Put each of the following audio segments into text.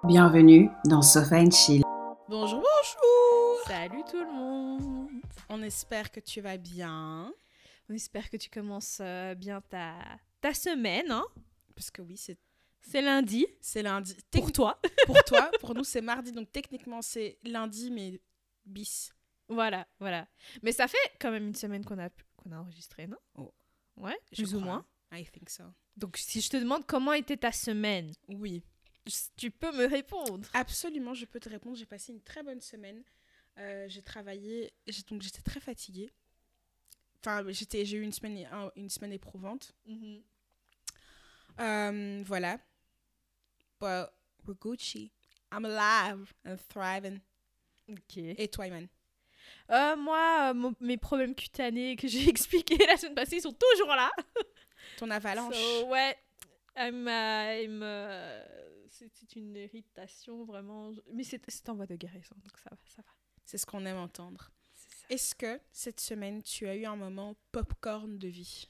Bienvenue dans Sofa and Chill. Bonjour, bonjour. Salut tout le monde. On espère que tu vas bien. On espère que tu commences bien ta semaine. Hein. Parce que oui, c'est lundi. C'est lundi. Pour toi. Pour toi. Pour nous, c'est mardi. Donc techniquement, c'est lundi, mais bis. Voilà. Mais ça fait quand même une semaine qu'on a enregistré, non? Oh. Ouais, plus ou moins. I think so. Donc si je te demande comment était ta semaine, oui, tu peux me répondre. Absolument, je peux te répondre. J'ai passé une très bonne semaine. J'ai travaillé, donc j'étais très fatiguée. Enfin, j'ai eu une semaine éprouvante. Mm-hmm. Voilà. But we're Gucci. I'm alive and thriving. Ok. Et toi, Iman? Moi, mes problèmes cutanés que j'ai expliqués la semaine passée, ils sont toujours là. Ton avalanche. Ouais. C'est une irritation vraiment. Mais c'est en voie de guérison, donc ça va. C'est ce qu'on aime entendre. C'est ça. Est-ce que cette semaine, tu as eu un moment popcorn de vie?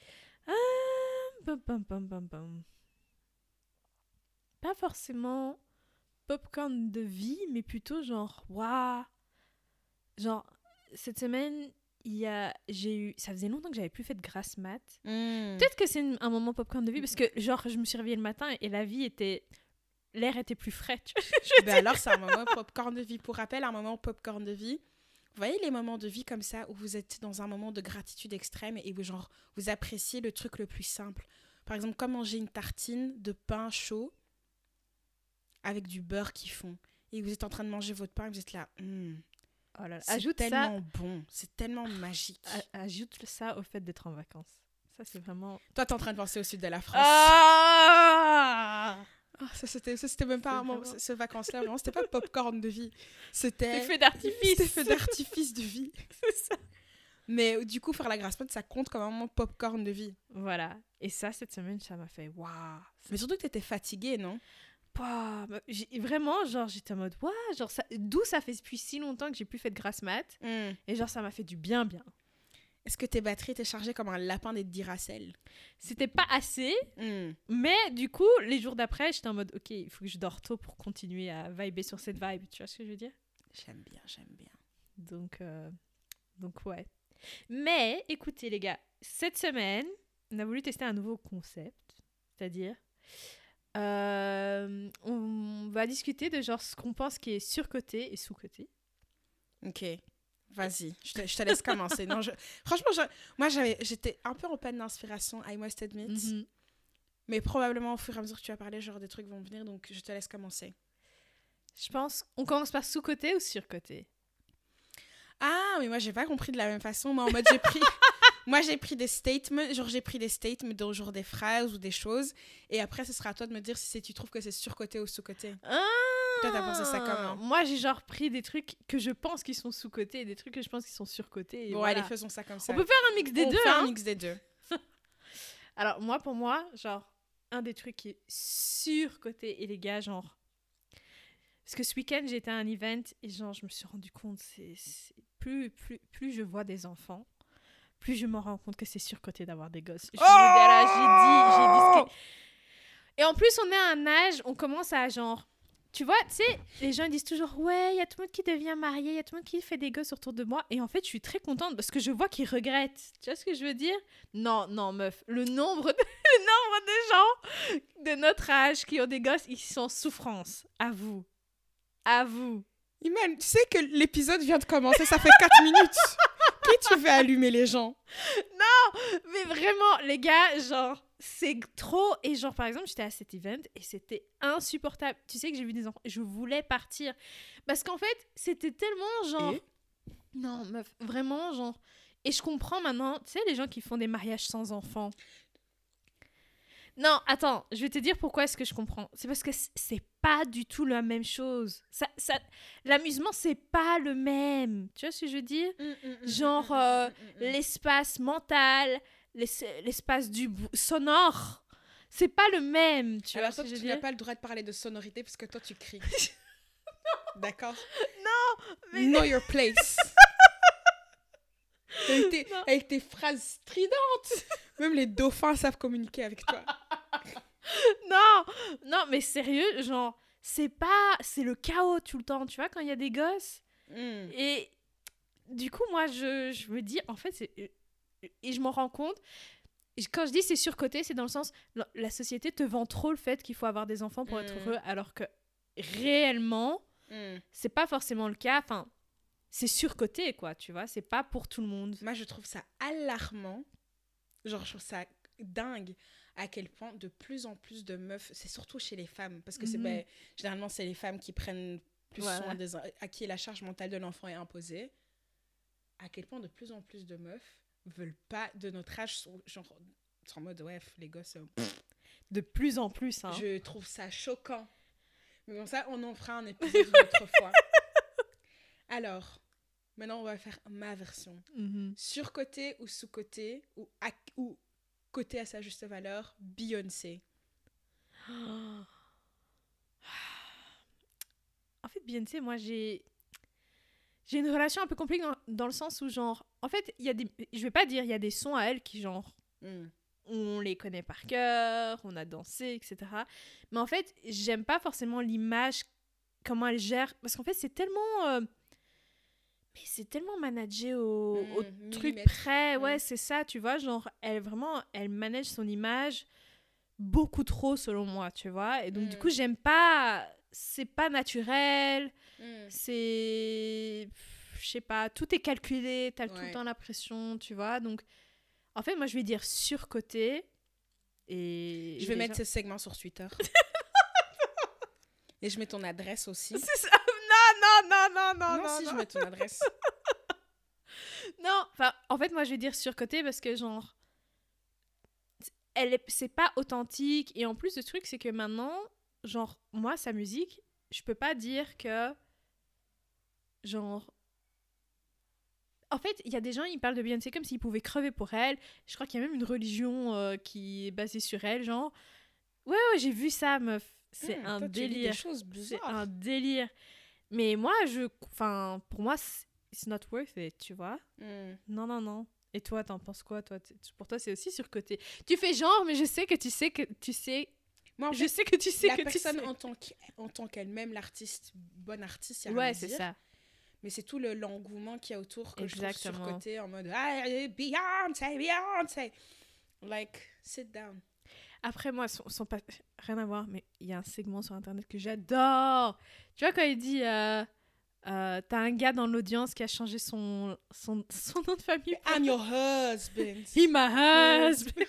Pas forcément popcorn de vie, mais plutôt genre, waouh! Genre, cette semaine, ça faisait longtemps que j'avais plus fait de grasse mat. Peut-être que c'est un moment popcorn de vie, parce que genre, je me suis réveillée le matin et l'air était plus frais. Alors, c'est un moment popcorn de vie. Pour rappel, un moment popcorn de vie. Vous voyez les moments de vie comme ça où vous êtes dans un moment de gratitude extrême et vous appréciez le truc le plus simple. Par exemple, comme manger une tartine de pain chaud avec du beurre qui fond. Et vous êtes en train de manger votre pain et vous êtes là. Oh là là. C'est tellement bon. C'est tellement magique. Ajoute ça au fait d'être en vacances. Ça, c'est vraiment... Toi, t'es en train de penser au sud de la France. Ah ça c'était même pas ce vacances-là, vraiment, c'était pas popcorn de vie. C'était feu d'artifice. C'était feu d'artifice de vie. C'est ça. Mais du coup, faire la grasse mat, ça compte comme un moment popcorn de vie. Voilà. Et ça, cette semaine, ça m'a fait waouh. Mais surtout que t'étais fatiguée, non? Vraiment, genre, j'étais en mode waouh. Genre, d'où ça fait depuis si longtemps que j'ai plus fait de grasse mat. Et genre, ça m'a fait du bien. Est-ce que tes batteries étaient chargées comme un lapin des Duracell? C'était pas assez, mais du coup, les jours d'après, j'étais en mode, ok, il faut que je dors tôt pour continuer à vibrer sur cette vibe. Tu vois ce que je veux dire? J'aime bien. Donc ouais. Mais, écoutez les gars, cette semaine, on a voulu tester un nouveau concept, c'est-à-dire, on va discuter de genre ce qu'on pense qui est surcoté et sous-coté. Ok. Vas-y, je te laisse commencer. Non, franchement, moi, j'étais un peu en panne d'inspiration, I must admit. Mm-hmm. Mais probablement, au fur et à mesure que tu vas parler, genre des trucs vont venir, donc je te laisse commencer. Je pense, on commence par sous-coté ou sur-coté? Ah, mais moi, j'ai pas compris de la même façon. Moi, en mode, j'ai pris des statements, dans genre des phrases ou des choses. Et après, ce sera à toi de me dire si tu trouves que c'est surcoté ou sous-coté. Toi, t'as pensé ça comment? Moi, j'ai genre pris des trucs que je pense qui sont sous-cotés et des trucs que je pense qui sont surcotés. Bon, voilà. allez, faisons ça comme ça. On peut faire un mix des deux. Un mix des deux. Alors, pour moi, genre, un des trucs qui est surcoté, et les gars, genre... Parce que ce week-end, j'ai été à un event et genre, je me suis rendu compte, plus je vois des enfants, plus je me rends compte que c'est surcoté d'avoir des gosses. J'ai dit... Et en plus, on est à un âge, on commence à genre... Tu vois, tu sais, les gens disent toujours « Ouais, il y a tout le monde qui devient marié, il y a tout le monde qui fait des gosses autour de moi. » Et en fait, je suis très contente parce que je vois qu'ils regrettent. Tu vois ce que je veux dire? Non, meuf. Le nombre de gens de notre âge qui ont des gosses, ils sont en souffrance. À vous. Iman, tu sais que l'épisode vient de commencer, ça fait 4 minutes. Qui tu veux allumer les gens? Non, mais vraiment, les gars, genre... C'est trop. Et genre, par exemple, j'étais à cet event et c'était insupportable. Tu sais que j'ai vu des enfants. Je voulais partir. Parce qu'en fait, c'était tellement genre... Non, meuf, vraiment, genre... Et je comprends maintenant, tu sais, les gens qui font des mariages sans enfants. Non, attends, je vais te dire pourquoi est-ce que je comprends. C'est parce que c'est pas du tout la même chose. L'amusement, c'est pas le même. Tu vois ce que je veux dire? Genre, l'espace mental... l'espace du sonore, c'est pas le même. Tu Alors vois, toi, tu n'as pas le droit de parler de sonorité parce que toi, tu cries. D'accord? Non, mais... Know your place. Avec tes phrases stridentes. Même les dauphins savent communiquer avec toi. Non, mais sérieux, genre, c'est le chaos tout le temps, tu vois, quand il y a des gosses. Et du coup, moi, je me dis, en fait, et je m'en rends compte. Et quand je dis c'est surcoté, c'est dans le sens, la société te vend trop le fait qu'il faut avoir des enfants pour être heureux, alors que réellement, c'est pas forcément le cas. Enfin, c'est surcoté, quoi, tu vois. C'est pas pour tout le monde. Moi, je trouve ça alarmant. Genre, je trouve ça dingue à quel point de plus en plus de meufs, c'est surtout chez les femmes, parce que généralement, c'est les femmes qui prennent plus soin à qui la charge mentale de l'enfant est imposée. À quel point de plus en plus de meufs veulent pas de notre âge, genre en mode les gosses de plus en plus, hein. Je trouve ça choquant, mais bon, ça on en fera un épisode une autre fois. Alors maintenant on va faire ma version. Surcoté ou sous-coté ou coté à sa juste valeur, Beyoncé. En fait, Beyoncé, moi j'ai une relation un peu compliquée dans le sens où, genre, en fait, il y a je vais pas dire, il y a des sons à elle qui, genre, on les connaît par cœur, on a dansé, etc. Mais en fait, j'aime pas forcément l'image, comment elle gère, parce qu'en fait, c'est tellement managé au truc près, ouais, c'est ça, tu vois, genre, elle manage son image beaucoup trop, selon moi, tu vois, et donc, du coup, j'aime pas, c'est pas naturel, c'est, je sais pas, tout est calculé, t'as tout le temps la pression, tu vois, donc en fait moi je vais dire surcoté, et je vais mettre ce segment sur Twitter. Et je mets ton adresse aussi. C'est ça. Non, si je mets ton adresse. Non, enfin en fait moi je vais dire surcoté parce que genre c'est pas authentique, et en plus le truc c'est que maintenant, genre, moi sa musique, je peux pas dire que genre, en fait il y a des gens, ils parlent de Beyoncé comme s'ils pouvaient crever pour elle. Je crois qu'il y a même une religion qui est basée sur elle, genre ouais j'ai vu ça, meuf, c'est un délire, des choses bizarres. C'est un délire, mais moi pour moi it's not worth it, tu vois. Non. Et toi, t'en penses quoi, toi? Pour toi, c'est aussi surcoté. Tu fais genre, mais je sais que tu sais. Moi, en fait, je sais que tu sais la que personne tu sais. en tant qu'elle-même, l'artiste, bonne artiste, y a rien Ouais, à c'est dire. ça. Mais c'est tout l'engouement qu'il y a autour que Exactement. je trouve surcoté, en mode Beyoncé. Like, sit down. Après, moi, sont pas rien à voir, mais il y a un segment sur Internet que j'adore. Tu vois, quand il dit t'as un gars dans l'audience qui a changé son nom de famille. I'm your husband. He my husband.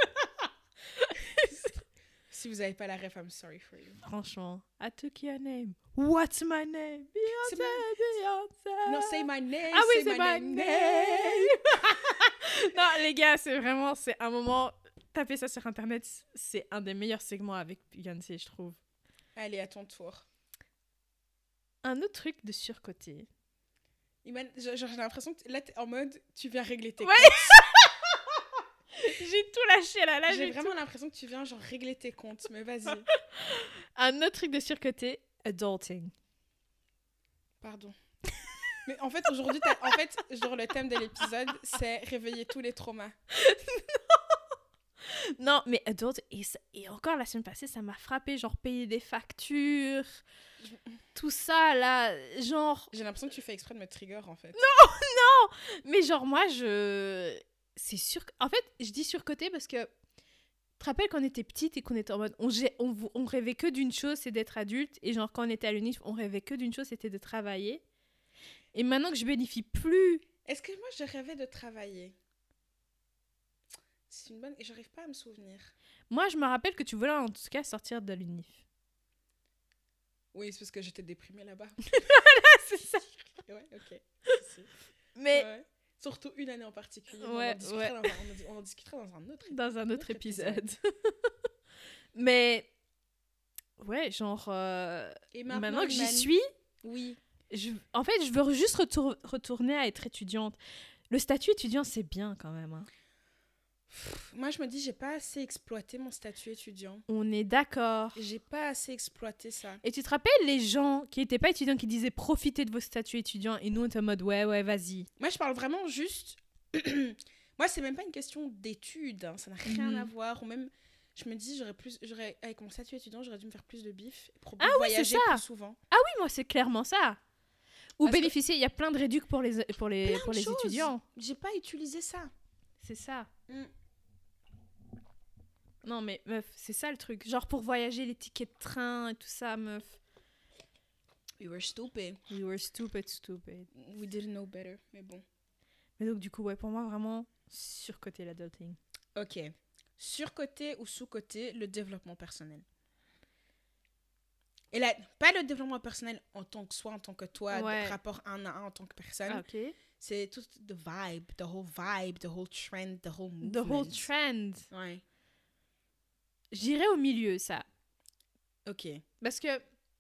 Si vous n'avez pas la ref, I'm sorry for you. Franchement, I took your name. What's my name? Beyoncé, Beyoncé. No, say my name. Ah oui, say c'est my name. Non, les gars, c'est un moment. Tapez ça sur Internet, c'est un des meilleurs segments avec Beyoncé, je trouve. Allez, à ton tour. Un autre truc de surcoté. J'ai l'impression que là, t'es en mode, tu viens régler tes comptes. J'ai tout lâché là. J'ai vraiment l'impression que tu viens genre régler tes comptes, mais vas-y. Un autre truc de surcoté, adulting. Pardon. Mais en fait, aujourd'hui, genre le thème de l'épisode, c'est réveiller tous les traumas. Non, mais adult, et encore la semaine passée, ça m'a frappé, genre payer des factures, tout ça, là, genre... J'ai l'impression que tu fais exprès de me trigger, en fait. Non, mais genre, moi, c'est sûr... En fait, je dis surcoté parce que... Tu te rappelles quand on était petite et qu'on était en mode... On rêvait que d'une chose, c'est d'être adulte, et genre, quand on était à l'UNIF, on rêvait que d'une chose, c'était de travailler. Et maintenant que je bénéficie plus... Est-ce que moi, je rêvais de travailler ? C'est une bonne... Et j'arrive pas à me souvenir. Moi, je me rappelle que tu voulais en tout cas sortir de l'UNIF. Oui, c'est parce que j'étais déprimée là-bas. C'est ça. Ouais, ok. Mais... Ouais. Surtout une année en particulier. Ouais, on en discutera dans un autre épisode. Mais... Ouais, genre... Et maintenant que j'y suis... Oui. En fait, je veux juste retourner à être étudiante. Le statut étudiant, c'est bien quand même, hein. Moi, je me dis, j'ai pas assez exploité mon statut étudiant. On est d'accord. J'ai pas assez exploité ça. Et tu te rappelles les gens qui étaient pas étudiants qui disaient profitez de vos statuts étudiants, et nous on était en mode ouais, vas-y. Moi, je parle vraiment juste... Moi, c'est même pas une question d'études, hein. Ça n'a rien à voir. Ou même, Je me dis, avec mon statut étudiant, j'aurais dû me faire plus de bif. Pour Ah oui, voyager c'est ça. plus souvent. Oui, moi, c'est clairement ça. Ou Parce que- bénéficier, il y a plein de réducs pour les Plein de choses. étudiants. J'ai pas utilisé ça. C'est ça. Mm. Non, mais meuf, c'est ça le truc. Genre pour voyager, les tickets de train et tout ça, meuf. We were stupid. We were stupid. We didn't know better. Mais bon. Mais donc, du coup, ouais, pour moi, vraiment, surcoté l'adulting. Ok. Surcoté ou sous-coté, le développement personnel. Et là, pas le développement personnel en tant que soi, en tant que toi, Ouais. de rapport un à un en tant que personne. Ah, ok. C'est tout the whole trend, the whole movement. The whole trend. Ouais. J'irais au milieu, ça. Ok. Parce que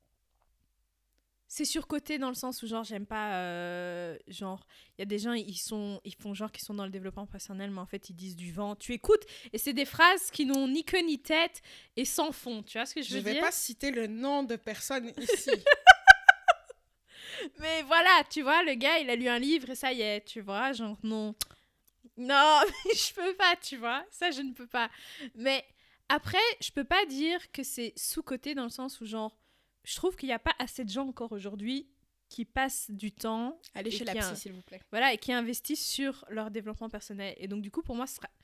c'est surcoté dans le sens où, genre, j'aime pas... genre, il y a des gens, ils font genre qu'ils sont dans le développement personnel, mais en fait, ils disent du vent. Tu écoutes, et c'est des phrases qui n'ont ni queue ni tête et sans fond. Tu vois ce que je Je veux vais dire? pas citer le nom de personne ici. Mais voilà, tu vois, le gars, il a lu un livre et ça y est, tu vois, genre, non. Non, je peux pas, tu vois. Ça, je ne peux pas. Mais après, je peux pas dire que c'est sous-coté dans le sens où, genre, je trouve qu'il n'y a pas assez de gens encore aujourd'hui qui passent du temps... Allez et chez la qui psy, s'il vous plaît. Voilà, et qui investissent sur leur développement personnel. Et donc, du coup, pour moi, ce sera...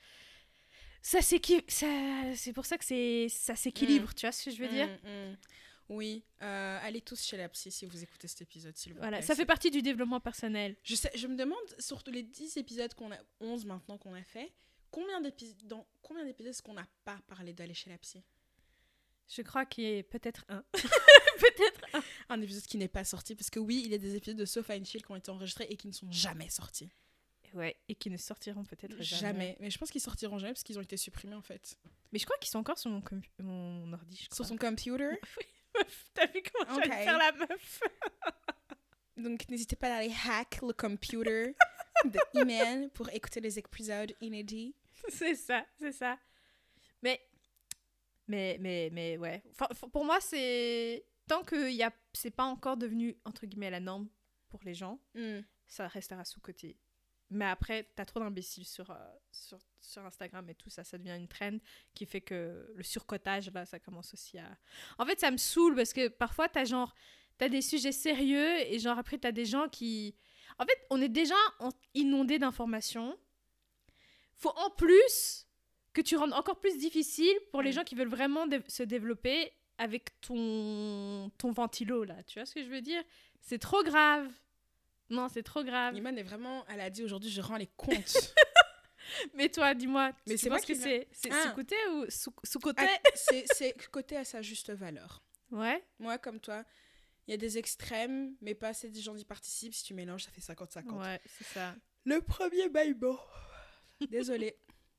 c'est pour ça que ça s'équilibre, tu vois ce que je veux dire? Oui, allez tous chez la psy si vous écoutez cet épisode, s'il vous Voilà, plaît. ça fait partie du développement personnel. Je me demande, surtout les 10 épisodes 11 maintenant qu'on a fait, dans combien d'épisodes est-ce qu'on n'a pas parlé d'aller chez la psy? Je crois qu'il y a peut-être un. Peut-être un. Un épisode qui n'est pas sorti, parce que oui, il y a des épisodes de Sofa and Chill qui ont été enregistrés et qui ne sont jamais sortis. Ouais, et qui ne sortiront peut-être Jamais. Mais je pense qu'ils sortiront jamais parce qu'ils ont été supprimés en fait. Mais je crois qu'ils sont encore sur mon ordi, je crois. Sur son computer. T'as vu comment Ok. j'allais faire la meuf? Donc n'hésitez pas à aller hack le computer de Iman pour écouter les épisodes inédits. C'est ça. Mais ouais. Enfin, pour moi, c'est... Tant que c'est pas encore devenu, entre guillemets, la norme pour les gens, ça restera sous-côté. Mais après, t'as trop d'imbéciles sur Instagram et tout ça, ça devient une trend qui fait que le surcotage, là, ça commence aussi à... En fait, ça me saoule parce que parfois, t'as des sujets sérieux et genre après, t'as des gens qui... En fait, on est déjà inondé d'informations. Faut en plus que tu rendes encore plus difficile pour les gens qui veulent vraiment se développer avec ton ventilo, là. Tu vois ce que je veux dire? C'est trop grave. Non, c'est trop grave. Iman est vraiment... Elle a dit aujourd'hui, je rends les comptes. Mais toi, dis-moi, Mais tu c'est moi penses qui que viens- c'est Ah. sous-côté ou sous-côté? C'est côté à sa juste valeur. Ouais. Moi, comme toi, il y a des extrêmes, mais pas assez de gens y participent. Si tu mélanges, ça fait 50-50. Ouais, c'est ça. Le premier baillement. Désolée.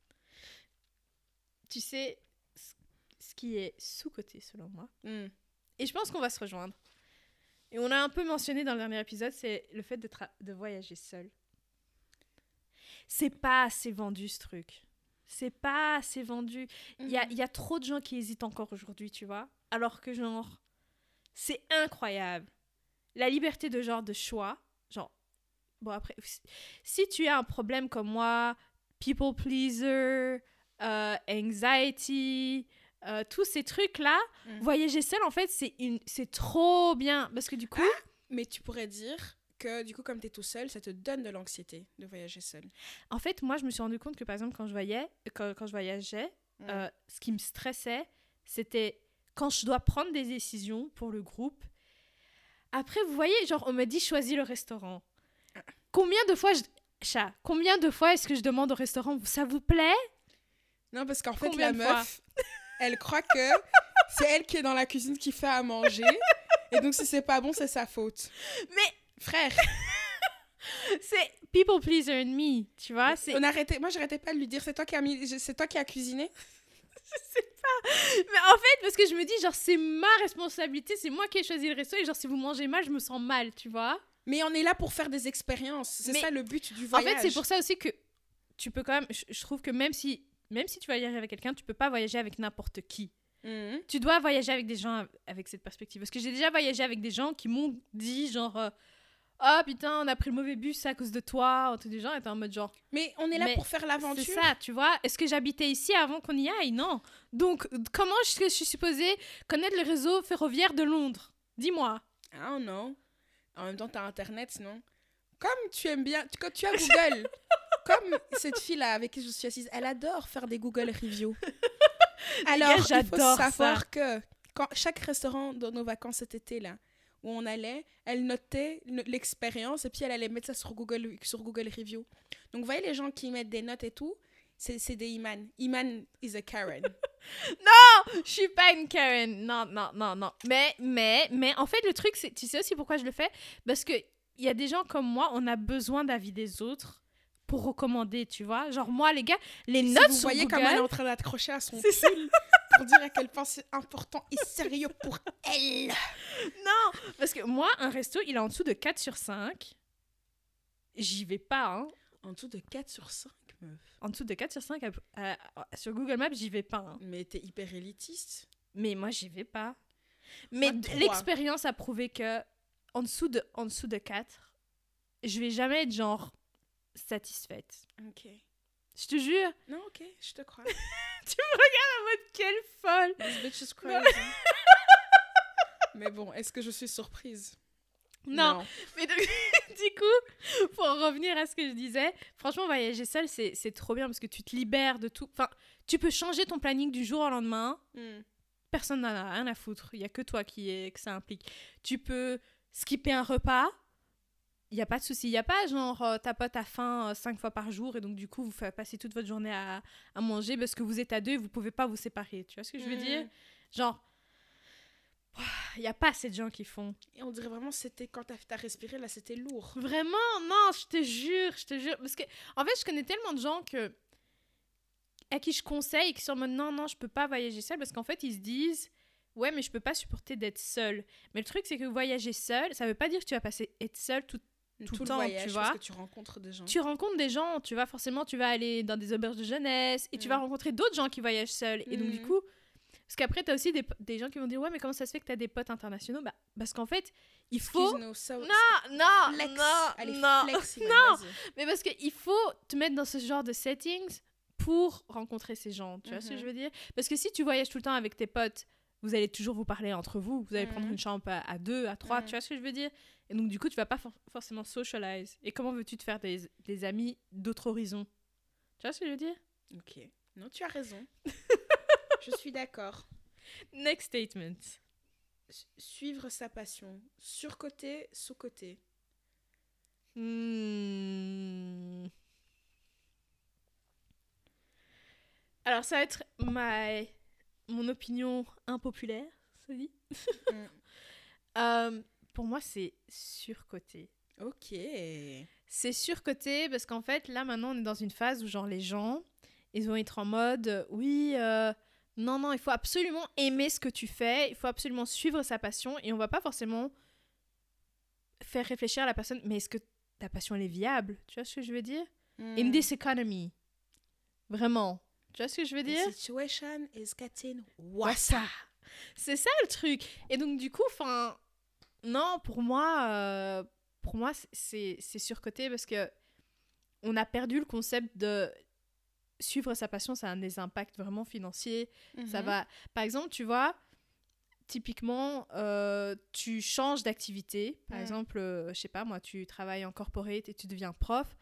Tu sais, ce qui est sous-côté, selon moi, et je pense qu'on va se rejoindre, et on a un peu mentionné dans le dernier épisode, c'est le fait de voyager seul. C'est pas assez vendu, ce truc. C'est pas assez vendu. Il y a trop de gens qui hésitent encore aujourd'hui, tu vois. Alors que, genre, c'est incroyable. La liberté de choix. Genre, bon, après, si tu as un problème comme moi, people pleaser, anxiety, tous ces trucs-là, voyager seul, en fait, c'est trop bien. Parce que du coup... Mais tu pourrais dire que, du coup, comme tu es tout seul, ça te donne de l'anxiété de voyager seul. En fait, moi, je me suis rendu compte que, par exemple, quand je voyageais, ce qui me stressait, c'était quand je dois prendre des décisions pour le groupe. Après, vous voyez, genre, on me dit choisis le restaurant. Combien de fois est-ce que je demande au restaurant, ça vous plaît? Non, parce qu'en fait, Combien la de fois meuf, elle croit que c'est elle qui est dans la cuisine qui fait à manger. Et donc, si c'est pas bon, c'est sa faute. Mais, frère, c'est people pleaser in me, tu vois? moi, j'arrêtais pas de lui dire, c'est toi qui as cuisiné. Je sais pas. Mais en fait, parce que je me dis, genre, c'est ma responsabilité, c'est moi qui ai choisi le resto, et genre, si vous mangez mal, je me sens mal, tu vois? Mais on est là pour faire des expériences. C'est ça le but du voyage. En fait, c'est pour ça aussi que tu peux quand même... Je trouve que même si tu voyages avec quelqu'un, tu peux pas voyager avec n'importe qui. Tu dois voyager avec des gens avec cette perspective. Parce que j'ai déjà voyagé avec des gens qui m'ont dit, genre... oh putain, on a pris le mauvais bus à cause de toi, tout des gens étaient en mode genre. Mais on est là pour faire l'aventure. C'est ça, tu vois. Est-ce que j'habitais ici avant qu'on y aille? Non. Donc, comment est-ce que je suis supposée connaître le réseau ferroviaire de Londres? Dis-moi. I don't know. En même temps, t'as Internet, non? Comme tu aimes bien, quand tu as Google, comme cette fille-là avec qui je suis assise, elle adore faire des Google Reviews. Alors, il faut savoir que chaque restaurant dans nos vacances cet été-là, où on allait, elle notait l'expérience et puis elle allait mettre ça sur Google Review. Donc, vous voyez les gens qui mettent des notes et tout, c'est des Iman. Iman is a Karen. Non, je suis pas une Karen. Non. Mais en fait, le truc, c'est, tu sais aussi pourquoi je le fais? Parce que il y a des gens comme moi, on a besoin d'avis des autres pour recommander, tu vois. Genre moi, les gars, les notes sur Google... Vous voyez comme elle est en train d'accrocher à son pull pour dire à quel point c'est important et sérieux pour elle. Non, parce que moi, un resto, il est en dessous de 4 sur 5. J'y vais pas, hein. En dessous de 4 sur 5, meuf. En dessous de 4 sur 5, sur Google Maps, j'y vais pas, hein. Mais t'es hyper élitiste. Mais moi, j'y vais pas. Mais l'expérience a prouvé que en dessous de 4, je vais jamais être genre satisfaite. Ok. Je te jure. Non, ok, je te crois. Tu me regardes en mode quelle folle. This bitch is crazy. Mais bon, est-ce que je suis surprise? Non. Mais du coup, pour en revenir à ce que je disais, franchement, voyager seul, c'est trop bien parce que tu te libères de tout. Enfin, tu peux changer ton planning du jour au lendemain. Personne n'en a rien à foutre. Il n'y a que toi que ça implique. Tu peux skipper un repas. Il n'y a pas de souci. Il n'y a pas genre ta pote a faim 5 fois par jour et donc du coup, vous faites passer toute votre journée à manger parce que vous êtes à deux et vous ne pouvez pas vous séparer. Tu vois ce que je veux dire? Genre, il n'y a pas assez de gens qui font. Et on dirait vraiment c'était quand t'as respiré, là, c'était lourd. Vraiment? Non, je te jure. Parce que, en fait, je connais tellement de gens à qui je conseille, qui sont en mode non, je peux pas voyager seule parce qu'en fait, ils se disent ouais, mais je peux pas supporter d'être seule. Mais le truc, c'est que voyager seule, ça veut pas dire que tu vas être seule tout le temps, voyage, tu vois. Parce que tu rencontres des gens. Tu rencontres des gens, tu vas forcément, tu vas aller dans des auberges de jeunesse et tu vas rencontrer d'autres gens qui voyagent seuls. Et donc, du coup, parce qu'après, t'as aussi des gens qui vont dire ouais, mais comment ça se fait que t'as des potes internationaux? Bah, parce qu'en fait, il faut... Non, mais parce qu'il faut te mettre dans ce genre de settings pour rencontrer ces gens, tu vois ce que je veux dire? Parce que si tu voyages tout le temps avec tes potes, vous allez toujours vous parler entre vous, vous allez prendre une chambre à 2, à 3, tu vois ce que je veux dire? Et donc, du coup, tu vas pas forcément socialize. Et comment veux-tu te faire des amis d'autres horizons? Tu vois ce que je veux dire? Ok. Non, tu as raison. Je suis d'accord. Next statement. Suivre sa passion. Surcoté, sous-coté. Alors, ça va être mon opinion impopulaire, ça dit. Pour moi, c'est surcoté. Ok. C'est surcoté parce qu'en fait, là, maintenant, on est dans une phase où, genre, les gens, ils vont être en mode, oui, non, il faut absolument aimer ce que tu fais, il faut absolument suivre sa passion, et on va pas forcément faire réfléchir à la personne, mais est-ce que ta passion, elle est viable? Tu vois ce que je veux dire? In this economy. Vraiment. Tu vois ce que je veux dire? The situation is getting worse. C'est ça le truc. Et donc, du coup, non, pour moi, c'est surcoté parce que on a perdu le concept de suivre sa passion, ça a des impacts vraiment financiers. Ça va... Par exemple, tu vois, typiquement, tu changes d'activité. Par exemple, je sais pas, moi, tu travailles en corporate et tu deviens prof.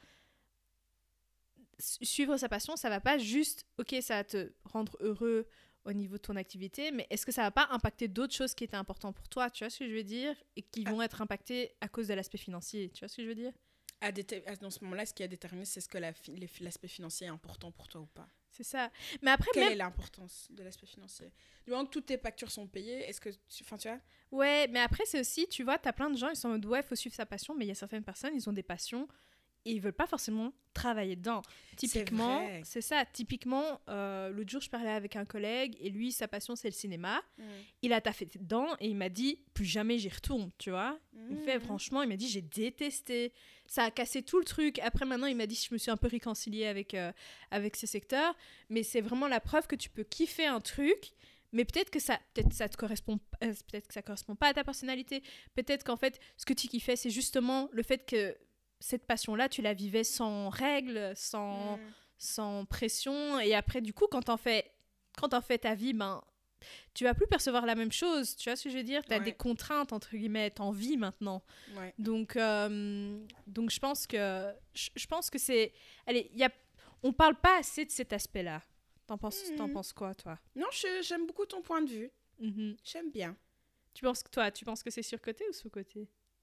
Suivre sa passion, ça va pas juste, ok, ça va te rendre heureux au niveau de ton activité, mais est-ce que ça va pas impacter d'autres choses qui étaient importantes pour toi, tu vois ce que je veux dire, et qui vont être impactées à cause de l'aspect financier, tu vois ce que je veux dire? Dans ce moment-là, ce qui a déterminé, c'est ce que l'aspect financier est important pour toi ou pas. C'est ça. Mais après, quelle est l'importance de l'aspect financier? Du moment que toutes tes factures sont payées, est-ce que tu vois? Ouais, mais après, c'est aussi, tu vois, t'as plein de gens, ils sont en mode, ouais, faut suivre sa passion, mais il y a certaines personnes, ils ont des passions et ils veulent pas forcément travailler dedans. Typiquement, c'est ça. Typiquement, l'autre jour, je parlais avec un collègue et lui, sa passion, c'est le cinéma. Il a taffé dedans et il m'a dit, plus jamais j'y retourne, tu vois. Il fait, franchement, il m'a dit, j'ai détesté. Ça a cassé tout le truc. Après, maintenant, il m'a dit, je me suis un peu réconciliée avec ce secteur. Mais c'est vraiment la preuve que tu peux kiffer un truc, Mais peut-être que ça te correspond, peut-être que ça correspond pas à ta personnalité. Peut-être qu'en fait, ce que tu kiffais, c'est justement le fait que cette passion-là, tu la vivais sans règles, sans pression. Et après, du coup, quand t'en fais ta vie, ben, tu vas plus percevoir la même chose. Tu vois ce que je veux dire? T'as des contraintes, entre guillemets, en vie maintenant. Ouais. Donc je pense que c'est... Allez, on parle pas assez de cet aspect-là. T'en penses quoi, toi? Non, j'aime beaucoup ton point de vue. Mm-hmm. J'aime bien. Tu penses que c'est surcoté ou sous-coté?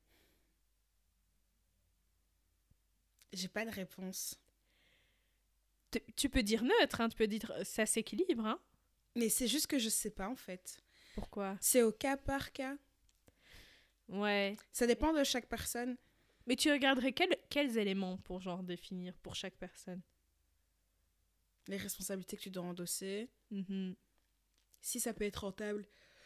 J'ai pas de réponse. Tu peux dire neutre, hein, tu peux dire ça s'équilibre, hein. Mais c'est juste que je sais pas, en fait. Pourquoi? C'est au cas par cas. Ouais. Ça dépend de chaque personne. Mais tu regarderais quels éléments pour genre définir pour chaque personne? Les responsabilités que tu dois endosser. Mm-hmm. Si ça peut être rentable.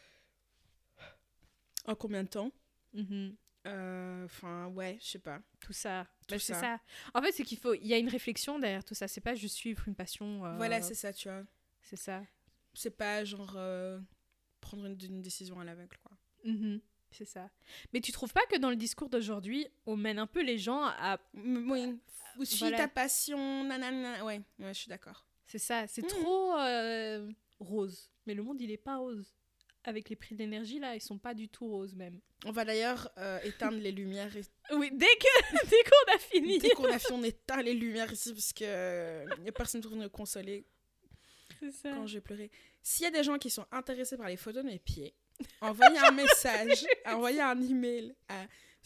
En combien de temps? Mm-hmm. Enfin, ouais, je sais pas. Tout ça. Tout C'est ça. ça. En fait, il y a une réflexion derrière tout ça. C'est pas juste suivre une passion. Voilà, c'est ça, tu vois. C'est ça. C'est pas genre prendre une décision à l'aveugle, quoi. Mm-hmm. C'est ça. Mais tu trouves pas que dans le discours d'aujourd'hui, on mène un peu les gens à... Oui. Suis Voilà. ta passion, nanana. Ouais, je suis d'accord. C'est ça. C'est trop rose. Mais le monde, il est pas rose. Avec les prix de l'énergie, là, ils sont pas du tout roses, même. On va d'ailleurs éteindre les lumières. Oui, dès qu'on a fini. Dès qu'on a fini, on éteint les lumières ici, parce que y a personne pour nous consoler C'est ça. quand j'ai pleuré. S'il y a des gens qui sont intéressés par les photos de mes pieds, envoyez un message, envoyez un email à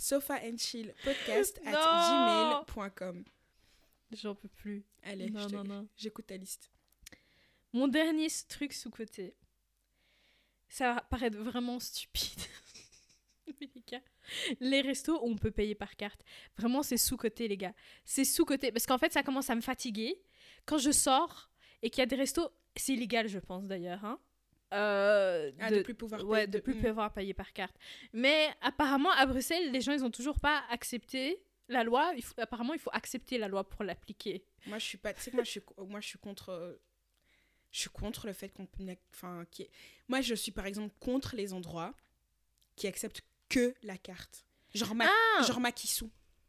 sofaandchillpodcast@gmail.com. J'en peux plus. Allez, Non. j'écoute ta liste. Mon dernier truc sous-côté. Ça va paraître vraiment stupide. Mais les gars, les restos où on peut payer par carte, vraiment c'est sous-côté, les gars. C'est sous-côté. Parce qu'en fait, ça commence à me fatiguer. Quand je sors et qu'il y a des restos, c'est illégal, je pense d'ailleurs, hein. De plus pouvoir payer. Ouais, de plus pouvoir payer par carte. Mais apparemment, à Bruxelles, les gens, ils ont toujours pas accepté la loi. Apparemment, il faut accepter la loi pour l'appliquer. Moi, je suis pas... Tu sais que moi, je suis contre... Je suis contre le fait qu'on... Enfin, moi, je suis, par exemple, contre les endroits qui acceptent que la carte. Genre Makissou.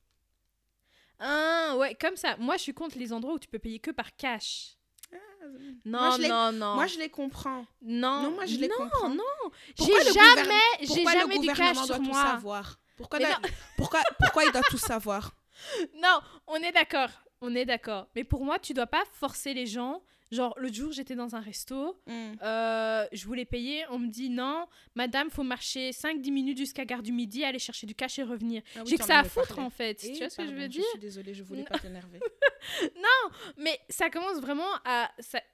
Ah, ouais, comme ça. Moi, je suis contre les endroits où tu peux payer que par cash. Non. Non. Moi, je les comprends. Non, moi, je les comprends. Non. Pourquoi J'ai jamais du cash sur moi. Savoir pourquoi il doit tout savoir? Non, on est d'accord. Mais pour moi, tu dois pas forcer les gens. Genre, l'autre jour, j'étais dans un resto. Je voulais payer. On me dit non, madame, faut marcher 5-10 minutes jusqu'à Gare du Midi, aller chercher du cash et revenir. Ah oui, j'ai que ça à foutre, en fait. Tu vois ce que je veux dire? Je suis désolée, je voulais pas t'énerver. Non, mais ça commence vraiment à...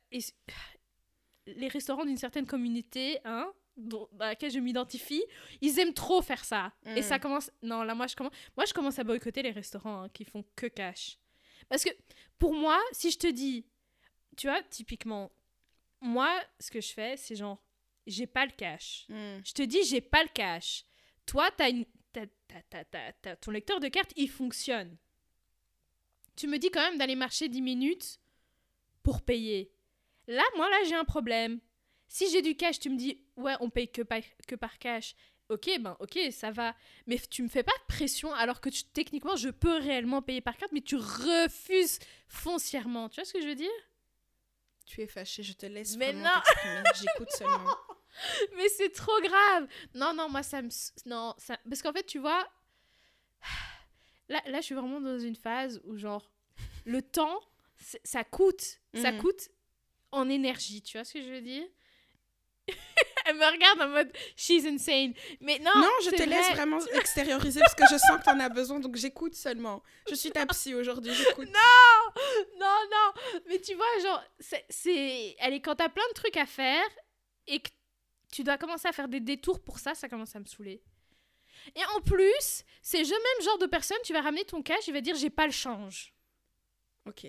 Les restaurants d'une certaine communauté, hein, dans laquelle je m'identifie, ils aiment trop faire ça. Et ça commence... Non, là, moi, je commence à boycotter les restaurants qui font que cash. Parce que, pour moi, si je te dis... Tu vois, typiquement, moi, ce que je fais, c'est genre, j'ai pas le cash. Je te dis, j'ai pas le cash. Toi, ton lecteur de carte, il fonctionne. Tu me dis quand même d'aller marcher 10 minutes pour payer. Là, j'ai un problème. Si j'ai du cash, tu me dis, ouais, on paye que par cash. Ok, ça va. Mais tu me fais pas de pression alors que techniquement, je peux réellement payer par carte, mais tu refuses foncièrement. Tu vois ce que je veux dire? Tu es fâchée, je te laisse mais vraiment non. t'exprimer. J'écoute seulement. Mais c'est trop grave. Non, moi, ça me... Non, ça... Parce qu'en fait, tu vois... Là, je suis vraiment dans une phase où, genre, le temps, ça coûte. Ça coûte en énergie. Tu vois ce que je veux dire? Elle me regarde en mode « She's insane ». Mais non, je te laisse vraiment extérioriser parce que je sens que t'en as besoin, donc j'écoute seulement. Je suis ta psy aujourd'hui, j'écoute. Non. Mais tu vois, genre, Allez, quand t'as plein de trucs à faire et que tu dois commencer à faire des détours pour ça, ça commence à me saouler. Et en plus, c'est le même genre de personne, tu vas ramener ton cash, il va dire « J'ai pas le change ». Ok.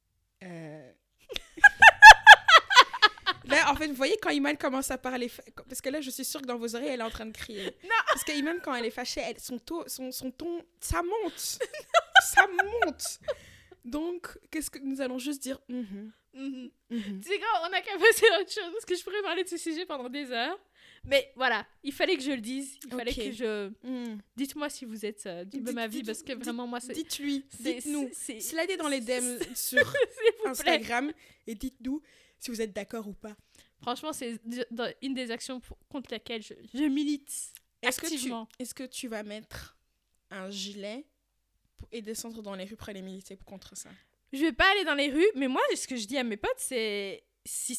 Là, en fait, vous voyez quand Iman commence à parler... Parce que là, je suis sûre que dans vos oreilles, elle est en train de crier. Non. Parce que Iman, quand elle est fâchée, son ton, ça monte. Ça monte. Donc, qu'est-ce que nous allons juste dire Mhm. C'est grave, on a qu'à passer à autre chose parce que je pourrais parler de ce sujet pendant des heures. Mais voilà, il fallait que je le dise. Il fallait Ok. que je... Mhm. Dites-moi si vous êtes de ma vie parce que vraiment, moi, c'est... Dites-lui, dites-nous. c'est- Slidez dans les DM sur S'il vous plaît. Instagram et dites-nous si vous êtes d'accord ou pas. Franchement, c'est une des actions contre laquelle je milite activement. Est-ce que tu vas mettre un gilet et descendre dans les rues pour aller militer contre ça? Je vais pas aller dans les rues, mais moi, ce que je dis à mes potes, c'est si